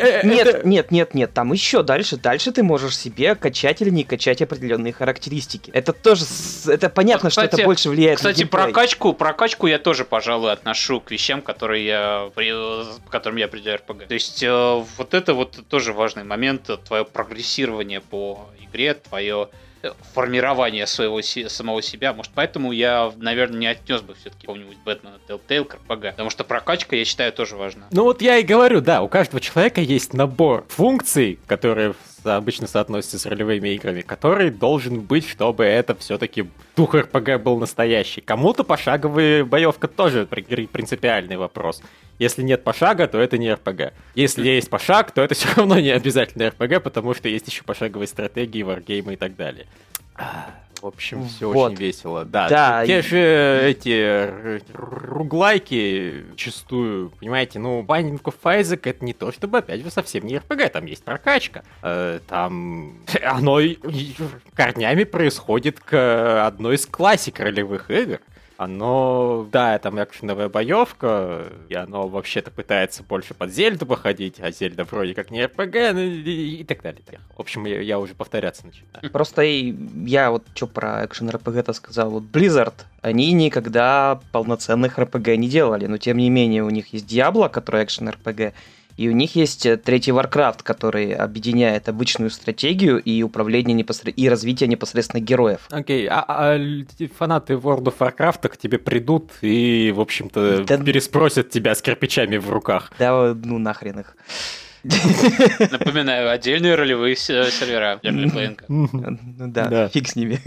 Нет. Там еще дальше. Дальше ты можешь себе качать или не качать определенные характеристики. Это тоже... Это понятно, вот, кстати, что это больше влияет на геймплей. Прокачку я тоже, пожалуй, отношу к вещам, к которым я определяю РПГ. То есть вот это вот тоже важный момент. Твое прогрессирование по игре, твое формирование самого себя. Может, поэтому я, наверное, не отнес бы все-таки какого-нибудь Бэтмена Telltale к RPG. Потому что прокачка, я считаю, тоже важна. Ну вот я и говорю, да, у каждого человека есть набор функций, которые обычно соотносится с ролевыми играми, который должен быть, чтобы это все-таки дух РПГ был настоящий. Кому-то пошаговая боевка тоже принципиальный вопрос. Если нет пошага, то это не РПГ. Если есть пошаг, то это все равно не обязательно РПГ, потому что есть еще пошаговые стратегии, варгеймы и так далее. В общем, все Вот. очень весело. Да, те же эти руглайки зачастую, понимаете, Binding of Isaac это не то, чтобы, опять же, совсем не РПГ, там есть прокачка. Там оно корнями происходит к одной из классик ролевых игр. Оно, да, там экшеновая боевка, и оно вообще-то пытается больше под Зельду походить, а Зельда вроде как не РПГ, и так далее. В общем, я уже повторяться начинаю. Просто я вот что про экшен РПГ-то сказал. Вот Blizzard, они никогда полноценных РПГ не делали, но тем не менее у них есть Diablo, который экшен РПГ, и у них есть третий Warcraft, который объединяет обычную стратегию и управление и развитие непосредственно героев. Окей, фанаты World of Warcraft к тебе придут и, в общем-то, переспросят тебя с кирпичами в руках. Да, нахрен их. Напоминаю, отдельные ролевые сервера для мультиплеинга. Да, фиг с ними.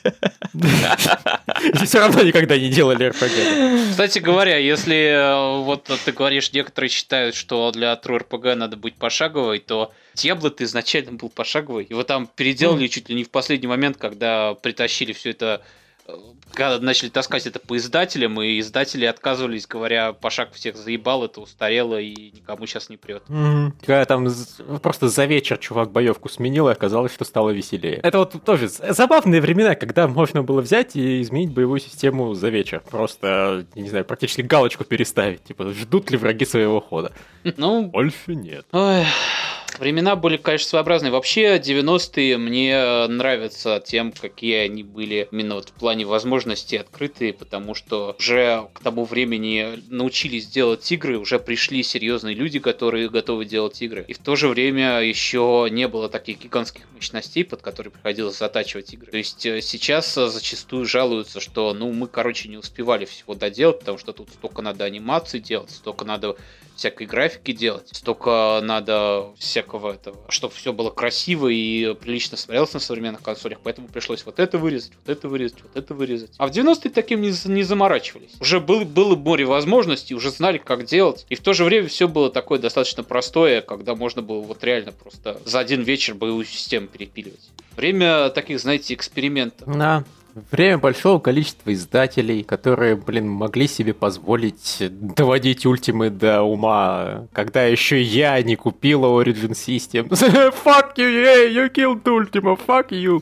Все равно никогда не делали РПГ. Кстати говоря, если вот ты говоришь, некоторые считают, что для True RPG надо быть пошаговой, то Diablo-то изначально был пошаговый. Его там переделали чуть ли не в последний момент, когда притащили все это, когда начали таскать это по издателям, и издатели отказывались, говоря, пошаг всех заебал, это устарело и никому сейчас не прет. Когда там просто за вечер чувак боевку сменил, и оказалось, что стало веселее. Это вот тоже забавные времена, когда можно было взять и изменить боевую систему за вечер. Просто, не знаю, практически галочку переставить. Типа, ждут ли враги своего хода? Больше нет. Времена были, конечно, своеобразные. Вообще, 90-е мне нравятся тем, какие они были именно вот в плане возможностей открытые, потому что уже к тому времени научились делать игры, уже пришли серьезные люди, которые готовы делать игры. И в то же время еще не было таких гигантских мощностей, под которые приходилось затачивать игры. То есть сейчас зачастую жалуются, что, мы, не успевали всего доделать, потому что тут столько надо анимаций делать, столько надо всякой графики делать, столько надо всякого этого, чтобы все было красиво и прилично смотрелось на современных консолях, поэтому пришлось вот это вырезать, вот это вырезать, вот это вырезать. А в 90-е таким не заморачивались. Уже было море возможностей, уже знали, как делать, и в то же время все было такое достаточно простое, когда можно было вот реально просто за один вечер боевую систему перепиливать. Время таких, знаете, экспериментов. Да. Время большого количества издателей, которые, могли себе позволить доводить ультимы до ума, когда еще я не купила Origin System. Fuck you, yeah, you killed Ultima, fuck you.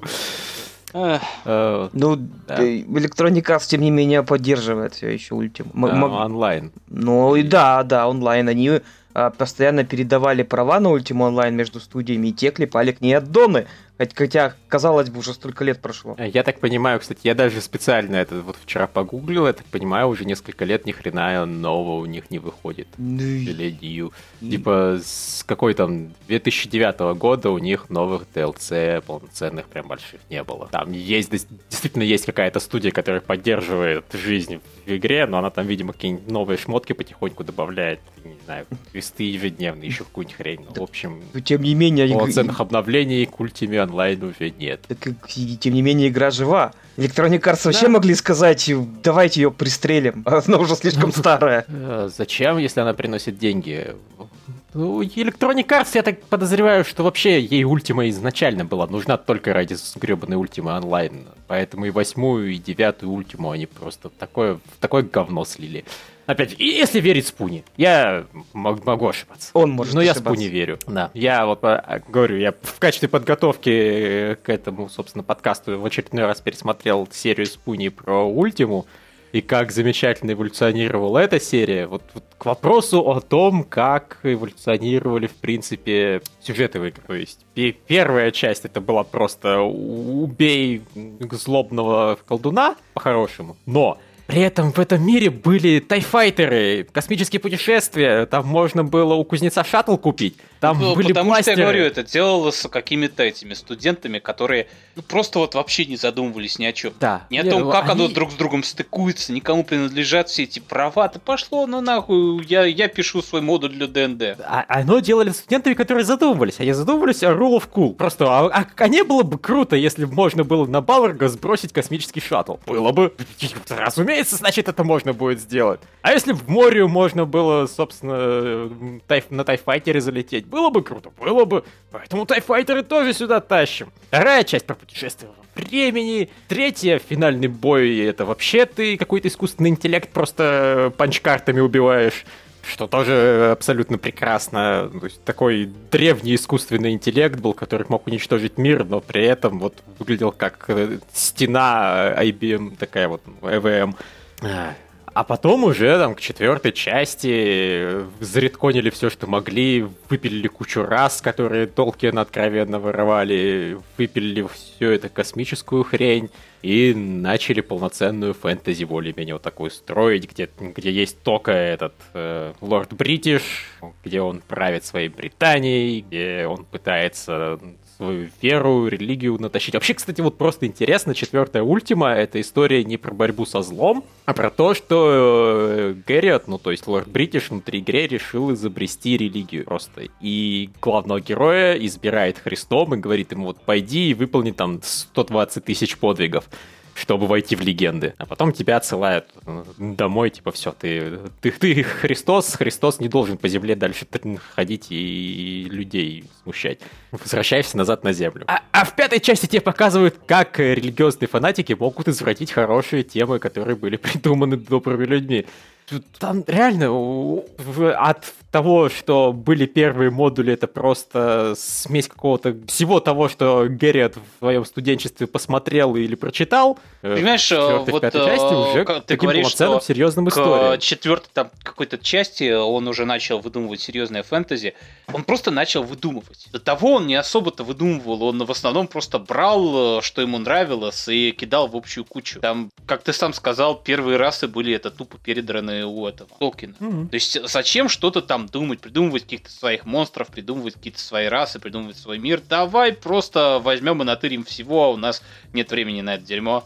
Electronic Arts, тем не менее, поддерживает все еще Ultima. Онлайн. Да, онлайн. Они постоянно передавали права на Ultima Online между студиями, и те клепали к ней аддоны. Хотя, казалось бы, уже столько лет прошло. Я так понимаю, кстати, я даже специально это вот вчера погуглил, я так понимаю, уже несколько лет ни хрена нового у них не выходит. Типа с какой там 2009 года у них новых DLC полноценных прям больших не было. Там действительно есть какая-то студия, которая поддерживает жизнь в игре, но она там, видимо, какие-нибудь новые шмотки потихоньку добавляет, не знаю, квесты ежедневные, еще какую-нибудь хрень. В общем, тем не менее, полноценных обновлений к Ultima Online уже нет. Тем не менее, игра жива. Electronic Arts вообще могли сказать, давайте ее пристрелим. Она уже слишком старая. Зачем, если она приносит деньги? Electronic Arts, я так подозреваю, что вообще ей Ultima изначально была нужна только ради гребаной Ultima Online. Поэтому и 8-ю, и 9-ю Ultima они просто в такое говно слили. Опять, если верить Спуни, я могу ошибаться. Он может но ошибаться. Я Спуни верю. Да. Я вот говорю, я в качестве подготовки к этому, собственно, подкасту в очередной раз пересмотрел серию Спуни про Ультиму, и как замечательно эволюционировала эта серия. Вот к вопросу о том, как эволюционировали, в принципе, сюжеты в игре. То есть первая часть это была просто убей злобного колдуна, по-хорошему, но При этом в этом мире были тайфайтеры, космические путешествия, там можно было у кузнеца шаттл купить, там были потому бластеры. что я говорю, это делалось с какими-то этими студентами, которые просто вот вообще не задумывались ни о чем. Да. Ни о том, как оно друг с другом стыкуется, никому принадлежат все эти права. Да пошло, ну нахуй, я пишу свой модуль для ДНД. Оно делали студентами, которые задумывались. Они задумывались о Rule of Cool. Просто, а не было бы круто, если бы можно было на Балрога сбросить космический шаттл? Было бы. Разумеется, значит, это можно будет сделать. А если в море можно было, собственно, на Тайфайтере залететь? Было бы круто, было бы. Поэтому Тайфайтеры тоже сюда тащим. Вторая часть про путешествие во времени. Третья, финальный бой, это вообще ты какой-то искусственный интеллект просто панчкартами убиваешь. Что тоже абсолютно прекрасно. То есть такой древний искусственный интеллект был, который мог уничтожить мир, но при этом вот выглядел как стена IBM, такая вот EVM. А потом уже там к четвертой части заредконили все, что могли, выпилили кучу рас, которые Толкина откровенно воровали, выпилили всю эту космическую хрень и начали полноценную фэнтези более-менее вот такую строить, где есть только этот Лорд Бритиш, где он правит своей Британией, где он пытается свою веру, религию натащить. Вообще, кстати, вот просто интересно, четвертая Ультима — это история не про борьбу со злом, а про то, что Гэриот, ну то есть Лорд Бритиш внутри игры решил изобрести религию просто. И главного героя избирает Христом и говорит ему, вот пойди и выполни там 120 тысяч подвигов, чтобы войти в легенды. А потом тебя отсылают домой, типа, все, ты Христос не должен по земле дальше ходить и людей смущать. Возвращаешься назад на землю. А в пятой части тебе показывают, как религиозные фанатики могут извратить хорошие темы, которые были придуманы добрыми людьми. Там реально от того, что были первые модули, это просто смесь какого-то всего того, что Гэриот в своем студенчестве посмотрел или прочитал. Понимаешь, в пятой части уже ты таким говоришь, полноценным, что серьезным историям. К четвертой там какой-то части он уже начал выдумывать серьезное фэнтези. Он просто начал выдумывать. До того он не особо-то выдумывал. Он в основном просто брал, что ему нравилось, и кидал в общую кучу. Там, как ты сам сказал, первые расы были это тупо передраны у этого Толкина. То есть зачем что-то там думать, придумывать каких-то своих монстров, придумывать какие-то свои расы, придумывать свой мир? Давай просто возьмем и натырим всего, а у нас нет времени на это дерьмо.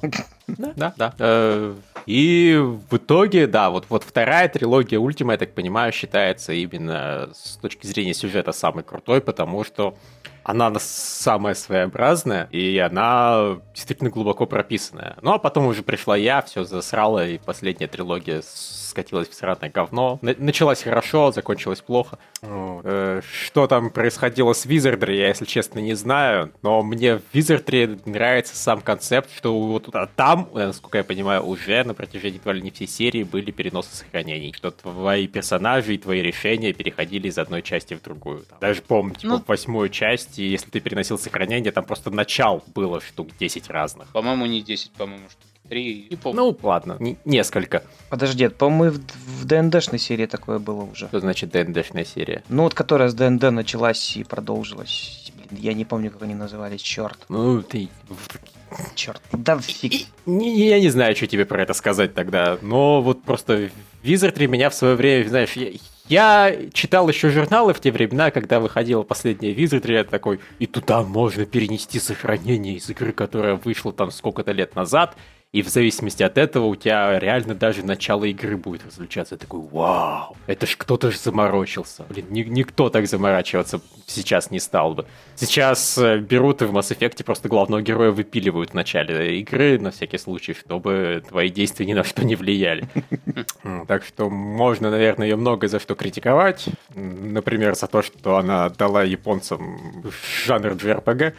Да. И в итоге, да, вот вторая трилогия Ультима, я так понимаю, считается именно с точки зрения сюжета самой крутой, потому что она самая своеобразная, и она действительно глубоко прописанная. Ну, а потом уже пришла я, все засрала, и последняя трилогия скатилась в сраное говно. Началась хорошо, закончилась плохо. Что там происходило с Wizardry, я, если честно, не знаю, но мне в Wizardry нравится сам концепт, что вот там, насколько я понимаю, уже на протяжении едва ли не всей серии были переносы сохранений, что твои персонажи и твои решения переходили из одной части в другую. Там, даже помню, в 8-й части, если ты переносил сохранение, там просто начал было штук 10 разных. По-моему, не 10, по-моему, штуки 3, не помню. Ну, ладно, несколько. Подожди, по-моему, в ДНДшной серии такое было уже. Что значит ДНДшная серия? Ну, вот которая с ДНД началась и продолжилась. Блин, я не помню, как они назывались, черт. Ну, ты... Черт, да фиг. Я не знаю, что тебе про это сказать тогда, но вот просто Wizardry меня в свое время, знаешь, я читал еще журналы в те времена, когда выходила последняя Wizardry, я такой, и туда можно перенести сохранение из игры, которая вышла там сколько-то лет назад, и в зависимости от этого у тебя реально даже начало игры будет различаться. Я такой, вау, это ж кто-то же заморочился. Блин, никто так заморачиваться сейчас не стал бы. Сейчас берут и в Mass Effect просто главного героя выпиливают в начале игры, на всякий случай, чтобы твои действия ни на что не влияли. Так что можно, наверное, ее много за что критиковать. Например, за то, что она дала японцам жанр JRPG.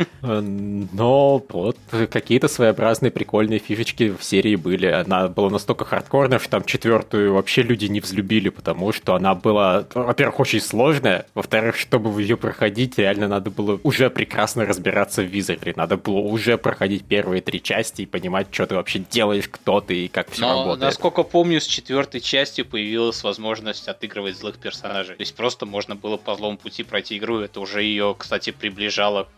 Но вот какие-то своеобразные прикольные фишечки в серии были. Она была настолько хардкорная, что там четвертую вообще люди не взлюбили, потому что она была, во-первых, очень сложная, во-вторых, чтобы ее проходить, реально надо было уже прекрасно разбираться в Wizardry, надо было уже проходить первые 3 части и понимать, что ты вообще делаешь, кто ты и как все работает. Насколько помню, с 4-й части появилась возможность отыгрывать злых персонажей. То есть просто можно было по злому пути пройти игру, это уже ее, кстати, приближало к Второму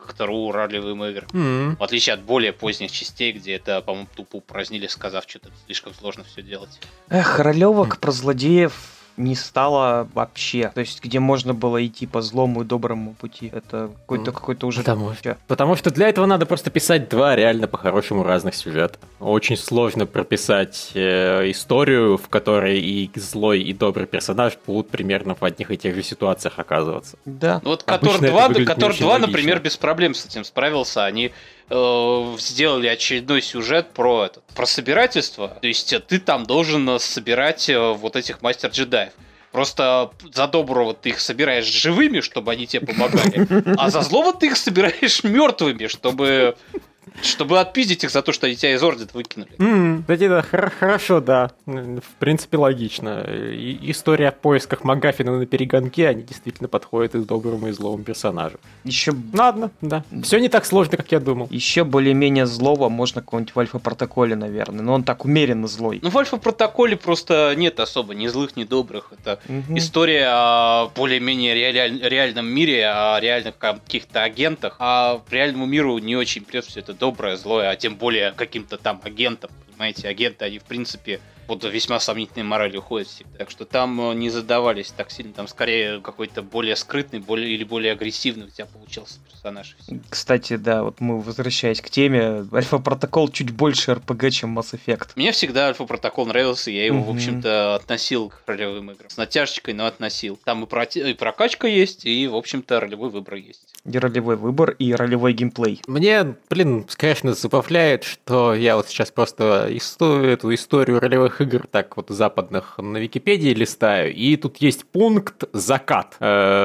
нову ролевым играм. В отличие от более поздних частей, где это, по-моему, тупо упразднили, сказав, что-то слишком сложно все делать. Эх, ролевок про злодеев не стало вообще. То есть, где можно было идти по злому и доброму пути. Это какой-то уже... Потому что для этого надо просто писать два реально по-хорошему разных сюжета. Очень сложно прописать историю, в которой и злой, и добрый персонаж будут примерно в одних и тех же ситуациях оказываться. Да. Вот Котор 2, например, без проблем с этим справился. Они сделали очередной сюжет про собирательство. То есть ты там должен собирать вот этих мастер-джедаев. Просто за доброго ты их собираешь живыми, чтобы они тебе помогали, а за злого ты их собираешь мертвыми, чтобы отпиздить их за то, что они тебя из ордена выкинули. Кстати, да, хорошо, да. В принципе, логично. История о поисках МакГаффина на перегонке, они действительно подходят и к доброму, и злому персонажу. Еще... Ладно, да. Все не так сложно, как я думал. Еще более-менее злого можно какого-нибудь в Альфа-протоколе, наверное. Но он так умеренно злой. Ну, в Альфа-протоколе просто нет особо ни злых, ни добрых. Это история о более-менее реальном мире, о реальных каких-то агентах. А реальному миру не очень прет все это доброе, злое, а тем более каким-то там агентам. Понимаете, агенты, они в принципе под весьма сомнительной моралью ходят всегда. Так что там не задавались так сильно. Там скорее какой-то более скрытный или более агрессивный у тебя получился персонаж. Кстати, да, вот мы, возвращаясь к теме, Альфа-протокол чуть больше РПГ, чем Mass Effect. Мне всегда Альфа-протокол нравился, я его, в общем-то, относил к ролевым играм. С натяжечкой, но относил. Там и прокачка есть, и, в общем-то, ролевой выбор есть. И ролевой выбор, и ролевой геймплей. Мне, конечно, забавляет, что я вот сейчас просто эту историю ролевых игр так вот западных на Википедии листаю, и тут есть пункт «Закат».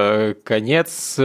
Конец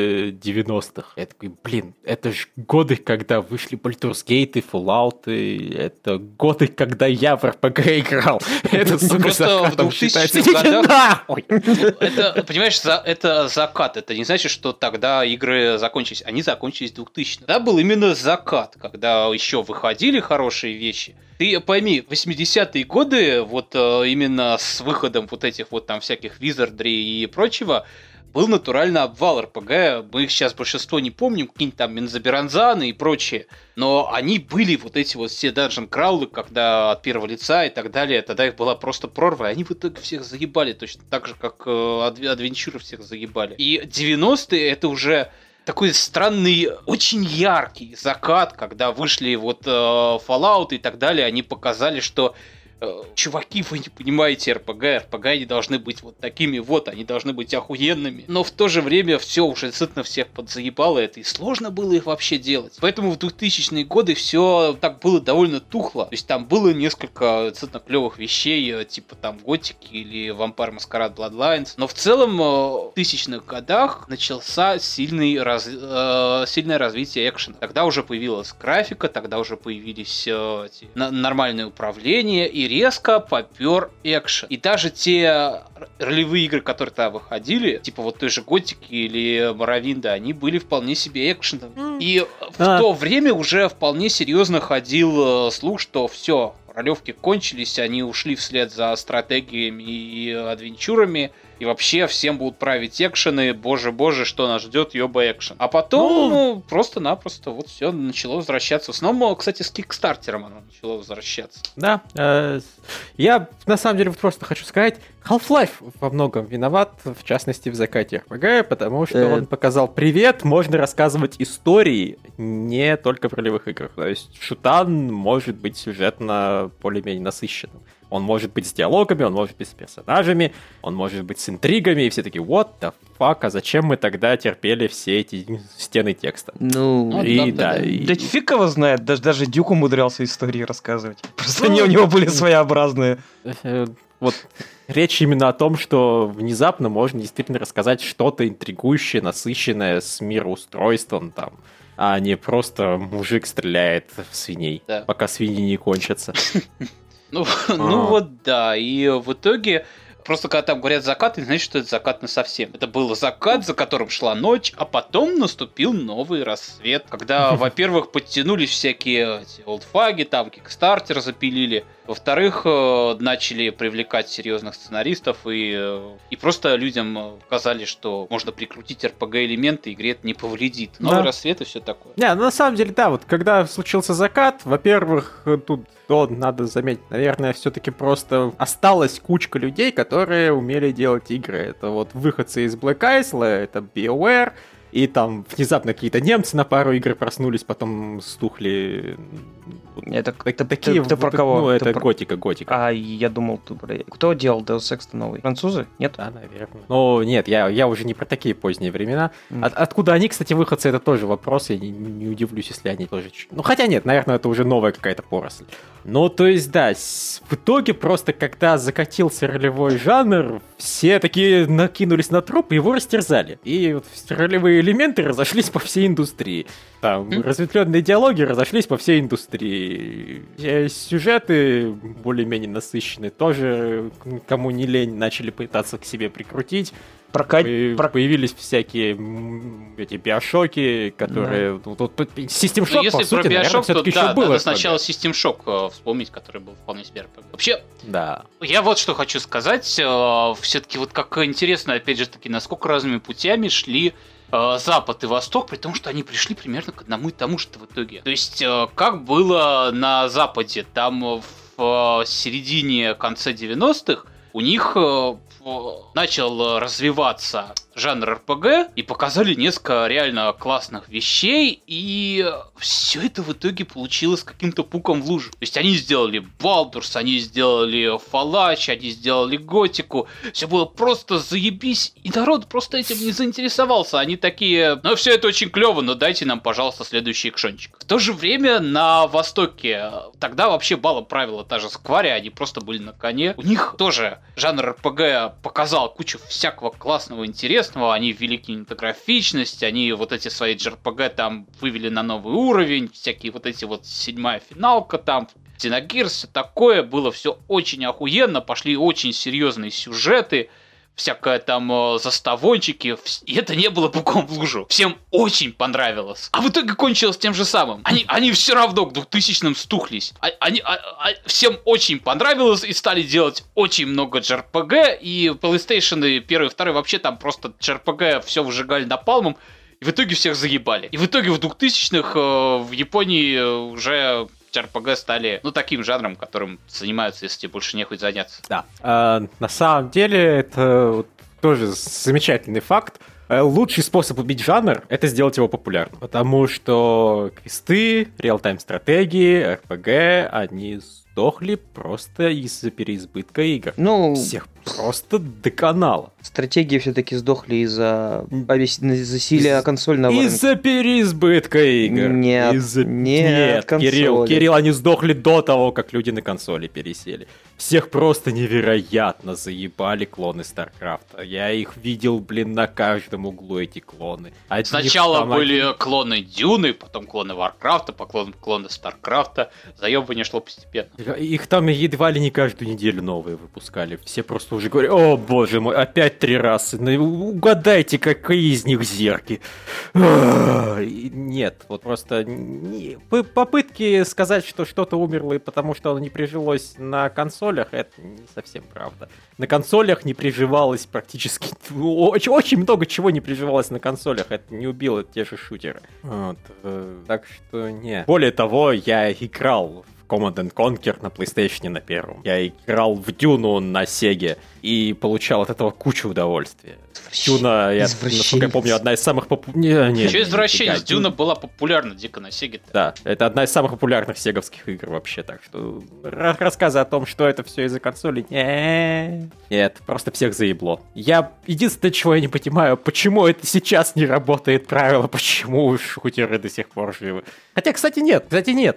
90-х. Я такой, это же годы, когда вышли Baldur's Gate и Fallout, и это годы, когда я в RPG играл. Это, сука, просто в 2000-х годах... Это, понимаешь, это закат. Это не значит, что тогда игры закончились. Они закончились в 2000-х. Да, был именно закат, когда еще выходили хорошие вещи. Ты пойми, 80-е годы, вот именно с выходом вот этих вот там всяких Wizardry и прочего, был натурально обвал РПГ. Мы их сейчас большинство не помним, какие-нибудь там Мензабиранзаны и прочее. Но они были вот эти вот все данжен-краулы, когда от первого лица и так далее. Тогда их была просто прорва, и они в итоге всех заебали. Точно так же, как адвенчуры всех заебали. И 90-е это уже... такой странный, очень яркий закат, когда вышли вот Fallout и так далее, они показали, что чуваки, вы не понимаете РПГ не должны быть вот такими вот, они должны быть охуенными. Но в то же время все уже действительно всех подзаебало это, и сложно было их вообще делать. Поэтому в 2000-е годы все так было довольно тухло. То есть там было несколько действительно клевых вещей, типа там Готики или Vampire Masquerade Bloodlines. Но в целом в 2000-х годах начался сильное развитие экшена. Тогда уже появилась графика, тогда уже появились нормальные управления, и резко попер экшен. И даже те ролевые игры, которые тогда выходили, типа вот той же Готики или Моровинда, они были вполне себе экшеном. И в то время уже вполне серьезно ходил слух, что все, ролевки кончились, они ушли вслед за стратегиями и адвенчурами, и вообще всем будут править экшены, боже, что нас ждет, ёба экшен. А потом просто-напросто вот все начало возвращаться. В основном, кстати, с Кикстартером оно начало возвращаться. Да, я на самом деле просто хочу сказать, Half-Life во многом виноват, в частности в закате РПГ, потому что он показал привет, можно рассказывать истории не только в ролевых играх. То есть шутан может быть сюжетно более-менее насыщенным. Он может быть с диалогами, он может быть с персонажами, он может быть с интригами, и все такие, what the fuck, а зачем мы тогда терпели все эти стены текста? Да фиг его знает, даже Дюк умудрялся истории рассказывать. Просто они у него были своеобразные. Вот речь именно о том, что внезапно можно действительно рассказать что-то интригующее, насыщенное с мироустройством там, а не просто мужик стреляет в свиней, пока свиньи не кончатся. Ну вот да, и в итоге Просто когда там говорят закат, не значит, что это закат насовсем. Это был закат, за которым шла ночь, а потом наступил новый рассвет. Когда, во-первых, подтянулись всякие олдфаги, там кикстартер запилили. Во-вторых, начали привлекать серьезных сценаристов и просто людям сказали, что можно прикрутить RPG-элементы, игре это не повредит. Новый рассвет и все такое. Не, ну на самом деле, да, вот когда случился закат, во-первых, тут надо заметить, наверное, все-таки просто осталась кучка людей, которые умели делать игры. Это вот выходцы из Black Isle, это BioWare, и там внезапно какие-то немцы на пару игр проснулись, потом стухли. Это такие... Ты про кого? Ну, это Готика. А я думал, ты про... Кто делал Deus Ex новый? Французы? Нет? Да, наверное. Ну, нет, я уже не про такие поздние времена. Откуда они, кстати, выходцы, это тоже вопрос. Я не удивлюсь, если они тоже... Ну, хотя нет, наверное, это уже новая какая-то поросль. Ну, то есть, да, в итоге просто, когда закатился ролевой жанр, все такие накинулись на труп и его растерзали. И вот ролевые элементы разошлись по всей индустрии. Там разветвленные диалоги разошлись по всей индустрии. Сюжеты более-менее насыщенные. Тоже, кому не лень, начали пытаться к себе прикрутить. Появились всякие эти биошоки, которые... Да. Тут System Shock, если по сути, про биошок, то да, надо сначала System Shock вспомнить, который был вполне себе RPG. Вообще, да. Я вот что хочу сказать. Все-таки вот как интересно, опять же таки, насколько разными путями шли Запад и Восток, при том, что они пришли примерно к одному и тому же в итоге. То есть, как было на Западе, там в середине, конце 90-х у них начал развиваться жанр РПГ, и показали несколько реально классных вещей, и все это в итоге получилось каким-то пуком в лужу. То есть они сделали Baldur's, они сделали Fallout, они сделали Готику, все было просто заебись, и народ просто этим не заинтересовался. Они такие, ну все это очень клево, но дайте нам, пожалуйста, следующий экшончик. В то же время на Востоке тогда вообще балом правила та же Сквария, они просто были на коне. У них тоже жанр РПГ показал кучу всякого классного, интересного. Они ввели кинематографичность, они вот эти свои JRPG там вывели на новый уровень, всякие вот эти вот 7-я финалка там, Xenogears, все такое, было все очень охуенно, пошли очень серьезные сюжеты, всякое там заставончики, и это не было пуком в лужу. Всем очень понравилось. А в итоге кончилось тем же самым. Они все равно к 2000-м стухлись. Всем очень понравилось и стали делать очень много JRPG, и PlayStation 1 и 2 вообще там просто JRPG все выжигали напалмом, и в итоге всех заебали. И в итоге в 2000-х в Японии уже JRPG стали, таким жанром, которым занимаются, если тебе больше нехуй заняться. Да. На самом деле, это тоже замечательный факт. Лучший способ убить жанр — это сделать его популярным. Потому что квесты, реал-тайм стратегии, RPG, они сдохли просто из-за переизбытка игр. Всех просто доконало. Стратегии все-таки сдохли из-за засилия консольного рынка. Из-за переизбытка игр. Нет, Кирилл, они сдохли до того, как люди на консоли пересели. Всех просто невероятно заебали клоны Старкрафта. Я их видел, на каждом углу, эти клоны. Сначала были клоны Дюны, потом клоны Варкрафта, потом клоны Старкрафта. Заебывание шло постепенно. Их там едва ли не каждую неделю новые выпускали. Все просто уже говорят: о боже мой, опять 3 расы. Угадайте, какие из них зерки. Нет, вот просто попытки сказать, что что-то умерло, и потому что оно не прижилось на консолях, это не совсем правда. На консолях не приживалось практически... Очень много чего не приживалось на консолях. Это не убило те же шутеры. Так что нет. Более того, я играл в Command & Conquer на PlayStation на первом. Я играл в Дюну на Сеге и получал от этого кучу удовольствия. Дюна, насколько я помню, одна из самых популярных... Еще извращенец, Дюна была популярна дико на Сеге. Да, это одна из самых популярных сеговских игр вообще, так что рассказы о том, что это все из-за консоли, нет, просто всех заебло. Единственное, чего я не понимаю, почему это сейчас не работает правило, почему шутеры до сих пор живы. Хотя, кстати, нет.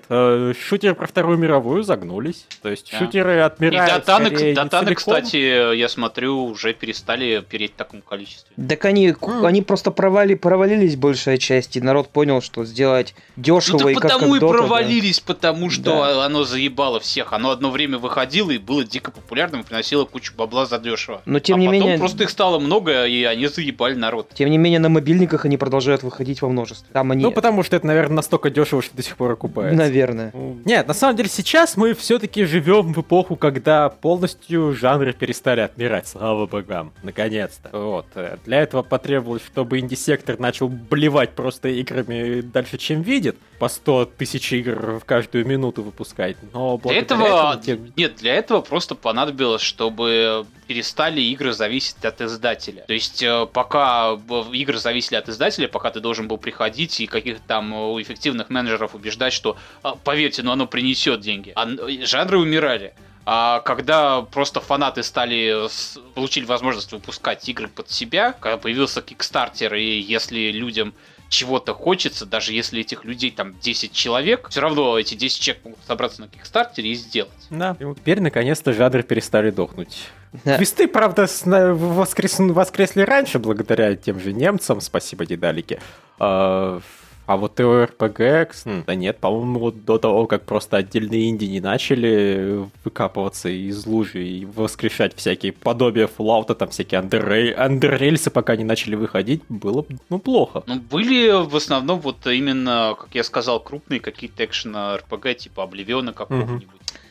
Шутеры про Вторую мировую загнулись. То есть шутеры отмирают. И Датаны, кстати, я смотрю, уже перестали переть в таком количестве. Так они просто провалились большая часть, и народ понял, что сделать дешево и как потому и Dota, провалились, потому что Да. оно заебало всех. Оно одно время выходило и было дико популярным, приносило кучу бабла за дешево. Но тем не потом менее, просто их стало много, и они заебали народ. тем не менее, на мобильниках они продолжают выходить во множестве. Там они, Ну, потому что это, наверное, настолько дешево, что до сих пор окупается. наверное. Нет, на самом деле сейчас мы все-таки живем в эпоху, когда полностью жанры перестали отмирать, слава богам, наконец-то. Вот. Для этого потребовалось, чтобы инди-сектор начал блевать просто играми дальше, чем видит, по 100 тысяч игр в каждую минуту выпускать. Но Для этого, нет, для этого просто понадобилось, чтобы перестали игры зависеть от издателя. То есть, пока игры зависели от издателя, пока ты должен был приходить и каких-то там эффективных менеджеров убеждать, что, поверьте, оно принесет деньги. А жанры умирали. А когда просто фанаты получили возможность выпускать игры под себя, когда появился Kickstarter, и если людям чего-то хочется, даже если этих людей там 10 человек, все равно эти 10 человек могут собраться на Kickstarter и сделать. Да, и вот теперь наконец-то жанры перестали дохнуть. Да. Квесты, правда, воскресли раньше, благодаря тем же немцам, спасибо, дедалики. А вот РПГ, да нет, по-моему, вот до того, как просто отдельные инди не начали выкапываться из лужи и воскрешать всякие подобия Fallout, там всякие андеррельсы, пока не начали выходить, было, плохо. Ну, были в основном вот именно, как я сказал, крупные какие-то экшен-РПГ, типа Обливиона какого-нибудь.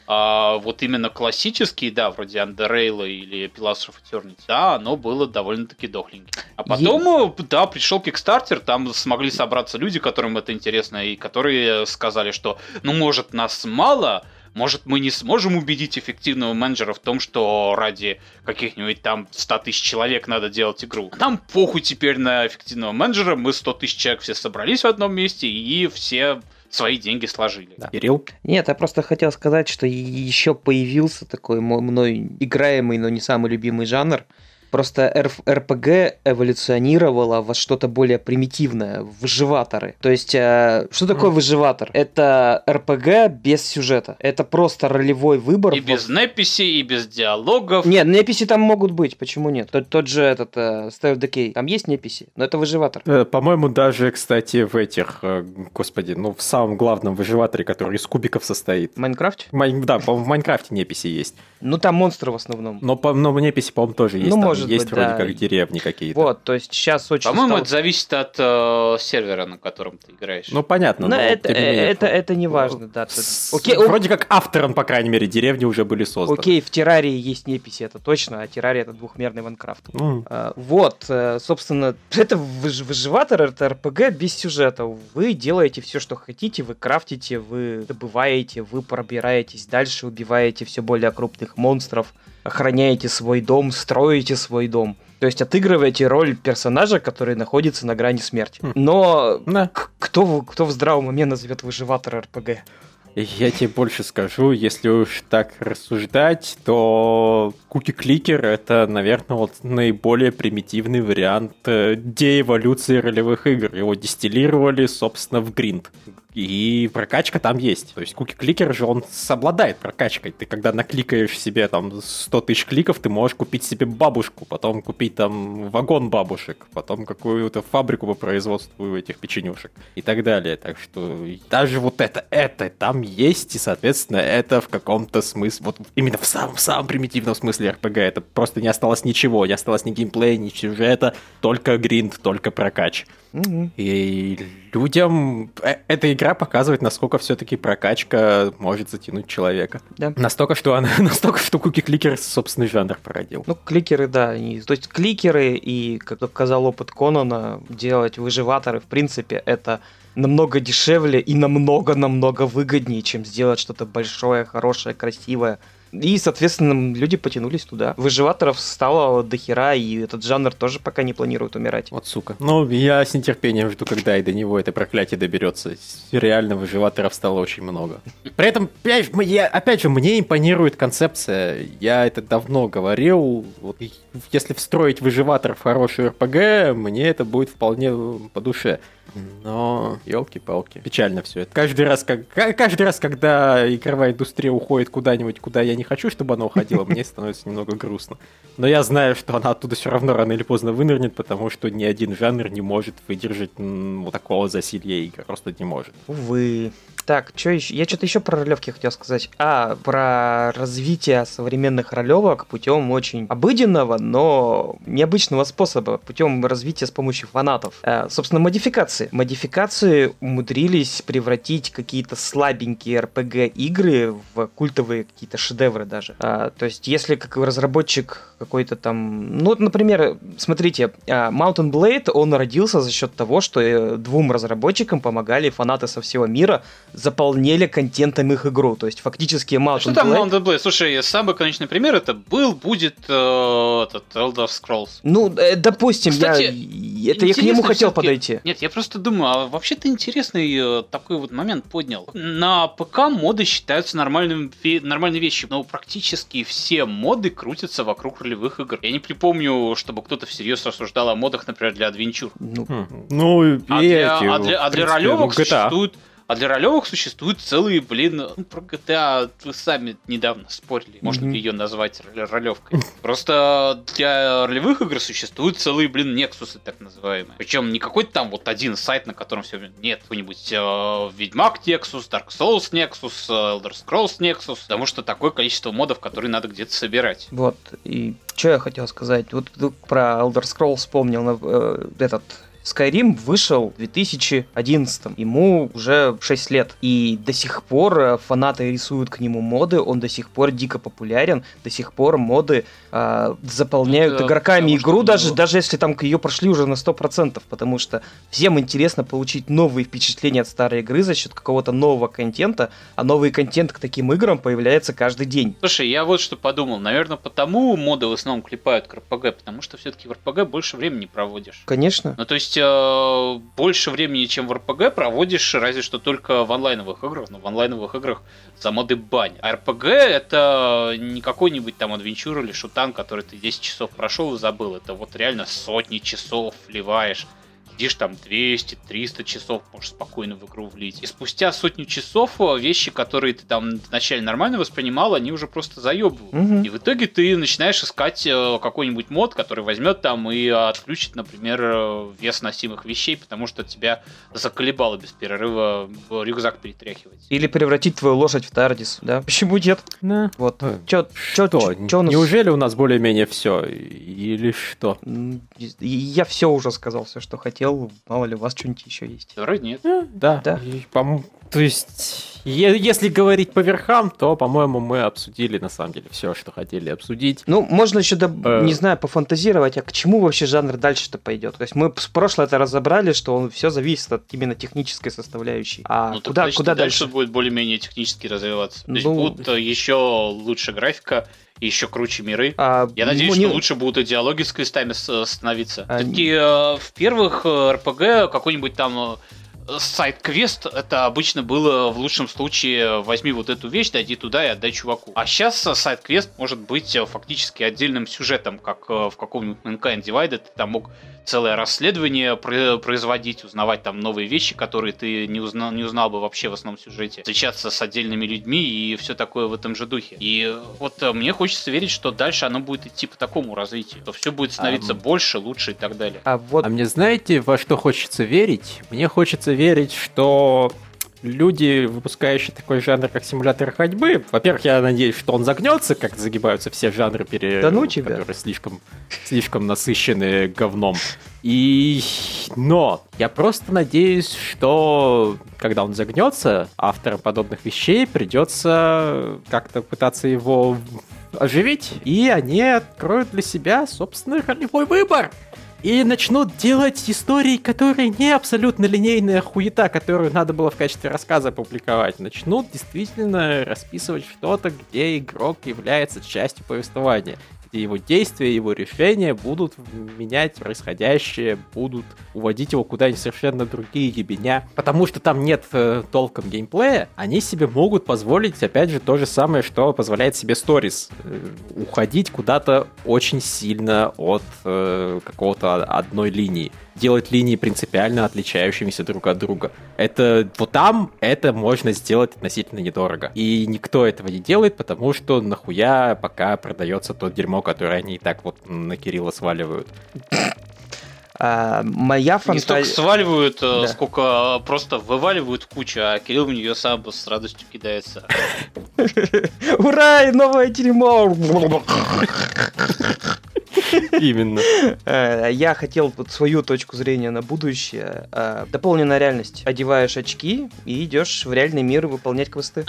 А вот именно классические, да, вроде Underrail или Pillars of Eternity, да, оно было довольно-таки дохленьким. А потом, да, пришел Kickstarter, там смогли собраться люди, которым это интересно, и которые сказали, что, может, нас мало, может, мы не сможем убедить эффективного менеджера в том, что ради каких-нибудь там 100 тысяч человек надо делать игру. Нам похуй теперь на эффективного менеджера, мы 100 тысяч человек все собрались в одном месте, и все свои деньги сложили. Да. Кирилл? Нет, я просто хотел сказать, что еще появился такой мной играемый, но не самый любимый жанр. Просто РПГ эволюционировало во что-то более примитивное, в выживаторы. То есть, что такое выживатор? Это РПГ без сюжета. Это просто ролевой выбор. И без неписи, и без диалогов. Нет, неписи там могут быть, почему нет? Тот же этот State of Decay, там есть неписи, но это выживатор. По-моему, даже, кстати, в этих, господи, в самом главном выживаторе, который из кубиков состоит. В Майнкрафте? Да, по-моему, в Майнкрафте неписи есть. Ну, там монстры в основном. Но неписи, по-моему, тоже есть. Ну, там может есть быть, вроде да. как деревни какие-то. Вот, то есть сейчас очень По-моему, это зависит от сервера, на котором ты играешь. Ну, понятно. Но но тем не менее, это не важно, да. Окей, Вроде как автором, по крайней мере, деревни уже были созданы. Окей, в Террарии есть неписи, это точно, а Террария — это двухмерный Майнкрафт. Вот, собственно, это выживатор, это РПГ без сюжета. Вы делаете все, что хотите, вы крафтите, вы добываете, вы пробираетесь дальше, убиваете все более крупных монстров, охраняете свой дом, строите свой дом. То есть отыгрываете роль персонажа, который находится на грани смерти. Но кто в здравом уме назовет выживатор РПГ? Я тебе больше скажу, если уж так рассуждать, то куки-кликер — это, наверное, вот наиболее примитивный вариант деэволюции ролевых игр. Его дистиллировали, собственно, в гринд. И прокачка там есть. То есть куки-кликер же, он обладает прокачкой. Ты когда накликаешь себе там 100 тысяч кликов, ты можешь купить себе бабушку, потом купить там вагон бабушек, потом какую-то фабрику по производству этих печенюшек и так далее. Так что даже вот это там есть, и, соответственно, это в каком-то смысле, вот именно в самом примитивном смысле РПГ, это просто не осталось ничего, не осталось ни геймплея, ни сюжета, только гринд, только прокач. И людям эта игра показывает, насколько все-таки прокачка может затянуть человека. Да. Настолько, что куки-кликер собственный жанр породил. Ну, кликеры, да. То есть кликеры и, как показал опыт Конана, делать выживаторы, в принципе, это намного дешевле и намного выгоднее, чем сделать что-то большое, хорошее, красивое. И, соответственно, люди потянулись туда. Выживаторов стало дохера, и этот жанр тоже пока не планирует умирать. Вот сука. Ну, я с нетерпением жду, когда и до него это проклятие доберется. Реально выживаторов стало очень много. При этом, опять же, мне импонирует концепция. Я это давно говорил. Вот, если встроить выживатор в хорошую РПГ, мне это будет вполне по душе. Но, елки-палки, печально все это. Каждый раз, когда игровая индустрия уходит куда-нибудь, куда я не хочу, чтобы она уходила, мне становится немного грустно. Но я знаю, что она оттуда все равно рано или поздно вынырнет, потому что ни один жанр не может выдержать вот такого засилья игр. Просто не может. Увы. Так, что еще? Я что-то еще про ролевки хотел сказать. Про развитие современных ролевок путем очень обыденного, но необычного способа, путем развития с помощью фанатов. Собственно, модификации. Модификации умудрились превратить какие-то слабенькие RPG-игры в культовые какие-то шедевры даже. То есть, если как разработчик какой-то там... Ну, например, смотрите, Mountain Blade, он родился за счет того, что двум разработчикам помогали фанаты со всего мира, заполнили контентом их игру. То есть фактически Mountain Blade... Что там Mountain Blade? Слушай, самый конечный пример это будет этот Elder Scrolls. Ну, допустим, кстати, я к нему хотел подойти. Нет, я просто думаю, а вообще-то интересный такой вот момент поднял. На ПК моды считаются нормальной вещью, но практически все моды крутятся вокруг ролевых игр. Я не припомню, чтобы кто-то всерьез рассуждал о модах, например, для Adventure. Для ролевок существуют... А для ролевых существуют целые, про GTA вы сами недавно спорили, можно ли ее назвать ролевкой. Просто для ролевых игр существуют целые, нексусы так называемые. Причем не какой-то там вот один сайт, на котором все нет, какой-нибудь Ведьмак Nexus, Dark Souls Nexus, Elder Scrolls Nexus, потому что такое количество модов, которые надо где-то собирать. Вот, и что я хотел сказать, вот про Elder Scrolls вспомнил, Skyrim вышел в 2011, ему уже 6 лет, и до сих пор фанаты рисуют к нему моды, он до сих пор дико популярен, до сих пор моды заполняют игроками игру, даже если там ее прошли уже на 100%, потому что всем интересно получить новые впечатления от старой игры за счет какого-то нового контента, а новый контент к таким играм появляется каждый день. Слушай, я вот что подумал, наверное, потому моды в основном клепают к РПГ, потому что все-таки в РПГ больше времени проводишь. Конечно. Ну, то есть больше времени, чем в РПГ, проводишь разве что только в онлайновых играх, но в онлайновых играх за моды бань. А РПГ это не какой-нибудь там адвенчур или шутан, который ты 10 часов прошел и забыл. Это вот реально сотни часов вливаешь. Сидишь там 200-300 часов, можешь спокойно в игру влить. И спустя сотню часов вещи, которые ты там вначале нормально воспринимал, они уже просто заебывают. И в итоге ты начинаешь искать какой-нибудь мод, который возьмет там и отключит, например, вес носимых вещей, потому что тебя заколебало без перерыва рюкзак перетряхивать. Или превратить твою лошадь в Тардис, да? Почему нет? Да. Вот. Что? Неужели у нас более-менее все? Или что? Я все уже сказал, все, что хотел. Мало ли, у вас что-нибудь еще есть? Вроде нет. Да. То есть, если говорить по верхам, то, по-моему, мы обсудили, на самом деле, все, что хотели обсудить. Ну, можно еще, не знаю, пофантазировать, а к чему вообще жанр дальше-то пойдет? То есть, мы в прошлое это разобрали, что все зависит от именно технической составляющей. А куда дальше будет более-менее технически развиваться? То есть, будет еще лучше графика, еще круче миры. Я надеюсь, что лучше будут и диалоги с квестами становиться. Все-таки в первых РПГ какой-нибудь там сайд-квест, это обычно было в лучшем случае возьми вот эту вещь, дойди туда и отдай чуваку. А сейчас сайд-квест может быть фактически отдельным сюжетом, как в каком-нибудь Mankind Divided. Ты там мог целое расследование производить, узнавать там новые вещи, которые ты не узнал бы вообще в основном сюжете, встречаться с отдельными людьми и все такое в этом же духе. И вот мне хочется верить, что дальше оно будет идти по такому развитию, что все будет становиться больше, лучше и так далее. А мне знаете, во что хочется верить? Мне хочется верить, что люди, выпускающие такой жанр, как симулятор ходьбы, во-первых, я надеюсь, что он загнется, как загибаются все жанры, которые слишком насыщены говном. Но я просто надеюсь, что когда он загнется, авторам подобных вещей придется как-то пытаться его оживить, и они откроют для себя собственный ролевой выбор. И начнут делать истории, которые не абсолютно линейная хуета, которую надо было в качестве рассказа публиковать. Начнут действительно расписывать что-то, где игрок является частью повествования, где его действия, его решения будут менять происходящее, будут уводить его куда-нибудь совершенно другие ебеня. Потому что там нет толком геймплея, они себе могут позволить, опять же, то же самое, что позволяет себе Stories. Уходить куда-то очень сильно от какого-то одной линии. делать линии принципиально отличающимися друг от друга. Это вот там это можно сделать относительно недорого. И никто этого не делает, потому что нахуя пока продается то дерьмо, которое они и так вот на Кирилла сваливают. Моя фантазия... Не столько сваливают, сколько просто вываливают в кучу, а Кирилл в нее сам с радостью кидается. Ура, новое дерьмо! Именно. Я хотел вот свою точку зрения на будущее. Дополненная реальность. Одеваешь очки и идешь в реальный мир выполнять квесты.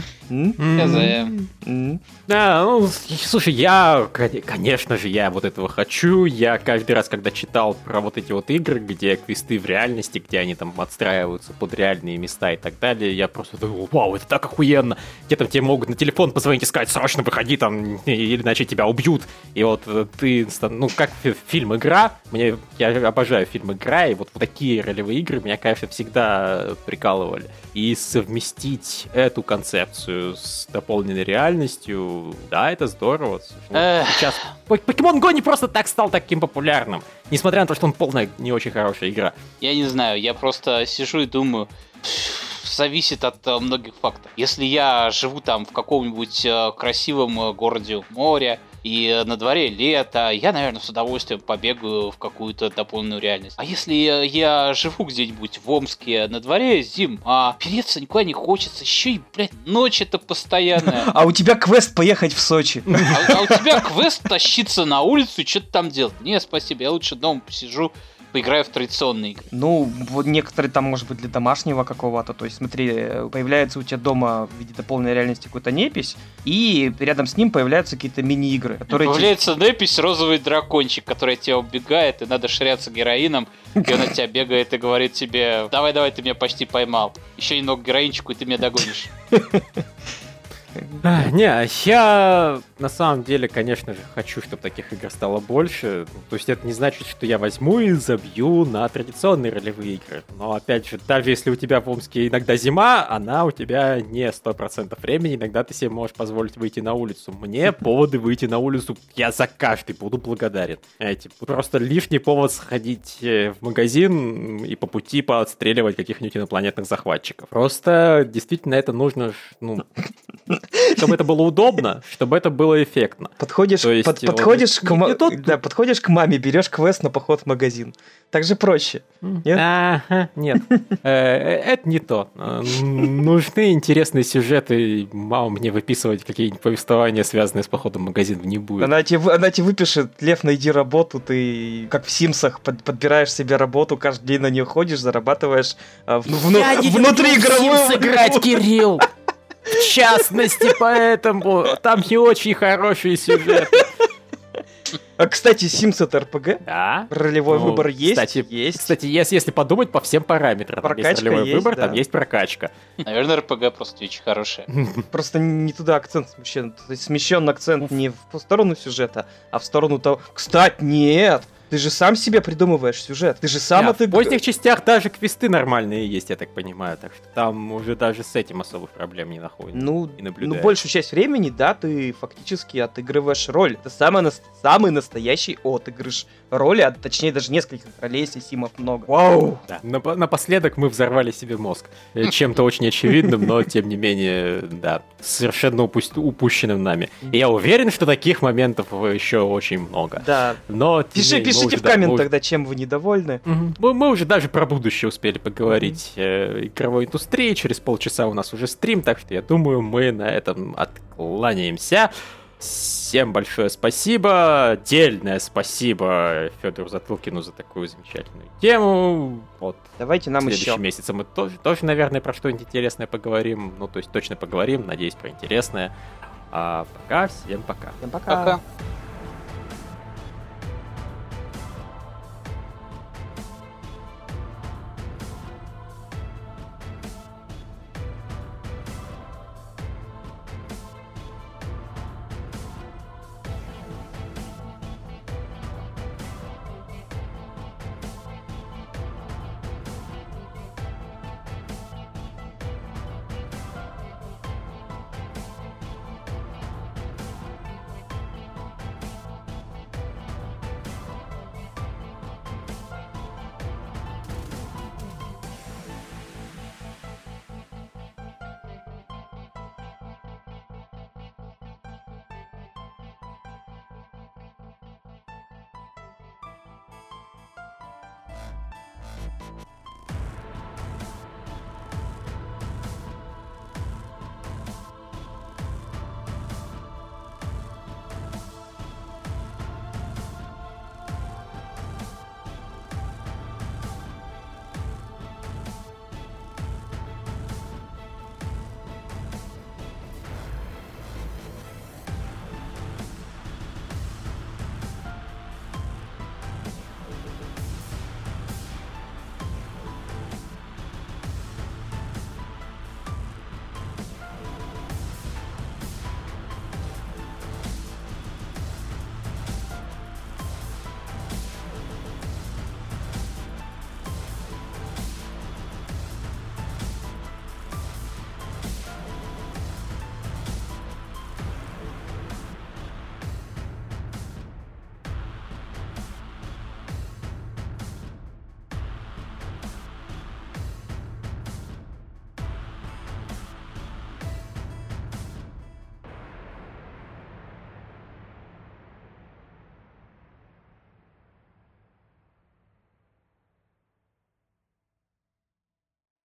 Да, ну, слушай, конечно же, я вот этого хочу. Я каждый раз, когда читал про вот эти вот игры, где квесты в реальности, где они там отстраиваются под реальные места и так далее, я просто думал, вау, это так охуенно. Где там тебе могут на телефон позвонить и сказать, срочно выходи там, или иначе тебя убьют. И вот ты, ну, как фильм «Игра», я обожаю фильм «Игра», и вот такие ролевые игры меня, конечно, всегда прикалывали. И совместить эту концепцию с дополненной реальностью, да, это здорово. Сейчас Pokemon Go не просто так стал таким популярным, несмотря на то, что он полная не очень хорошая игра. Я не знаю, я просто сижу и думаю, зависит от многих факторов. Если я живу там в каком-нибудь красивом городе у моря, и на дворе лето, я, наверное, с удовольствием побегаю в какую-то дополненную реальность. А если я живу где-нибудь в Омске, на дворе зима, переться никуда не хочется, еще и, блядь, ночь это постоянная. А у тебя квест поехать в Сочи. А у тебя квест тащиться на улицу и что-то там делать. Не, спасибо, я лучше дома посижу, поиграю в традиционные игры. Ну, вот некоторые там, может быть, для домашнего какого-то. То есть, смотри, появляется у тебя дома в виде дополненной реальности какой-то непись, и рядом с ним появляются какие-то мини-игры, которые... Появляется непись, розовый дракончик, который от тебя убегает, и надо ширяться героином, и он от тебя бегает и говорит тебе, давай, ты меня почти поймал. Еще немного героинчику, и ты меня догонишь. Не, я на самом деле, конечно же, хочу, чтобы таких игр стало больше. То есть это не значит, что я возьму и забью на традиционные ролевые игры. Но опять же, даже если у тебя в Омске иногда зима, она у тебя не 100% времени, иногда ты себе можешь позволить выйти на улицу. Мне поводы выйти на улицу, я за каждый буду благодарен. Знаете, просто лишний повод сходить в магазин и по пути поотстреливать каких-нибудь инопланетных захватчиков. Просто действительно это нужно, ну... Чтобы это было удобно, чтобы это было эффектно. Подходишь к маме, берешь квест на поход в магазин. Так же проще. Нет? Нет. Это не то. Нужны интересные сюжеты. Мама мне выписывать какие-нибудь повествования, связанные с походом в магазин, не будет. Она тебе выпишет: Лев, найди работу. Ты, как в Симсах, подбираешь себе работу, каждый день на нее ходишь, зарабатываешь внутриигровую... играть, Кирилл! В частности, поэтому там не очень хороший сюжет. А, кстати, Sims это RPG? Да. Ролевой выбор есть? Кстати, если подумать по всем параметрам. Прокачка есть ролевой выбор, да. Там есть прокачка. Наверное, RPG просто очень хорошая. Просто не туда акцент смещен. То есть смещен акцент не в сторону сюжета, а в сторону того... Кстати, нет! Ты же сам себе придумываешь сюжет. Ты же сам В поздних частях даже квесты нормальные есть, я так понимаю. Так что там уже даже с этим особых проблем не находится. Ну, большую часть времени, да, ты фактически отыгрываешь роль. Это самый настоящий отыгрыш роли, а точнее даже нескольких ролей, если симов много. Вау! Да. Напоследок мы взорвали себе мозг. Чем-то очень очевидным, но тем не менее, да, совершенно упущенным нами. И я уверен, что таких моментов еще очень много. Да. Но Пишите в коммент тогда, чем вы недовольны. Мы уже даже про будущее успели поговорить игровой индустрии. Через полчаса у нас уже стрим, так что я думаю, мы на этом откланяемся. Всем большое спасибо. Отдельное спасибо Федору Затылкину за такую замечательную тему. Вот. Давайте нам еще. В следующем месяце мы тоже, наверное, про что-нибудь интересное поговорим. Ну, то есть точно поговорим. Надеюсь, про интересное. А пока, всем пока. Всем пока.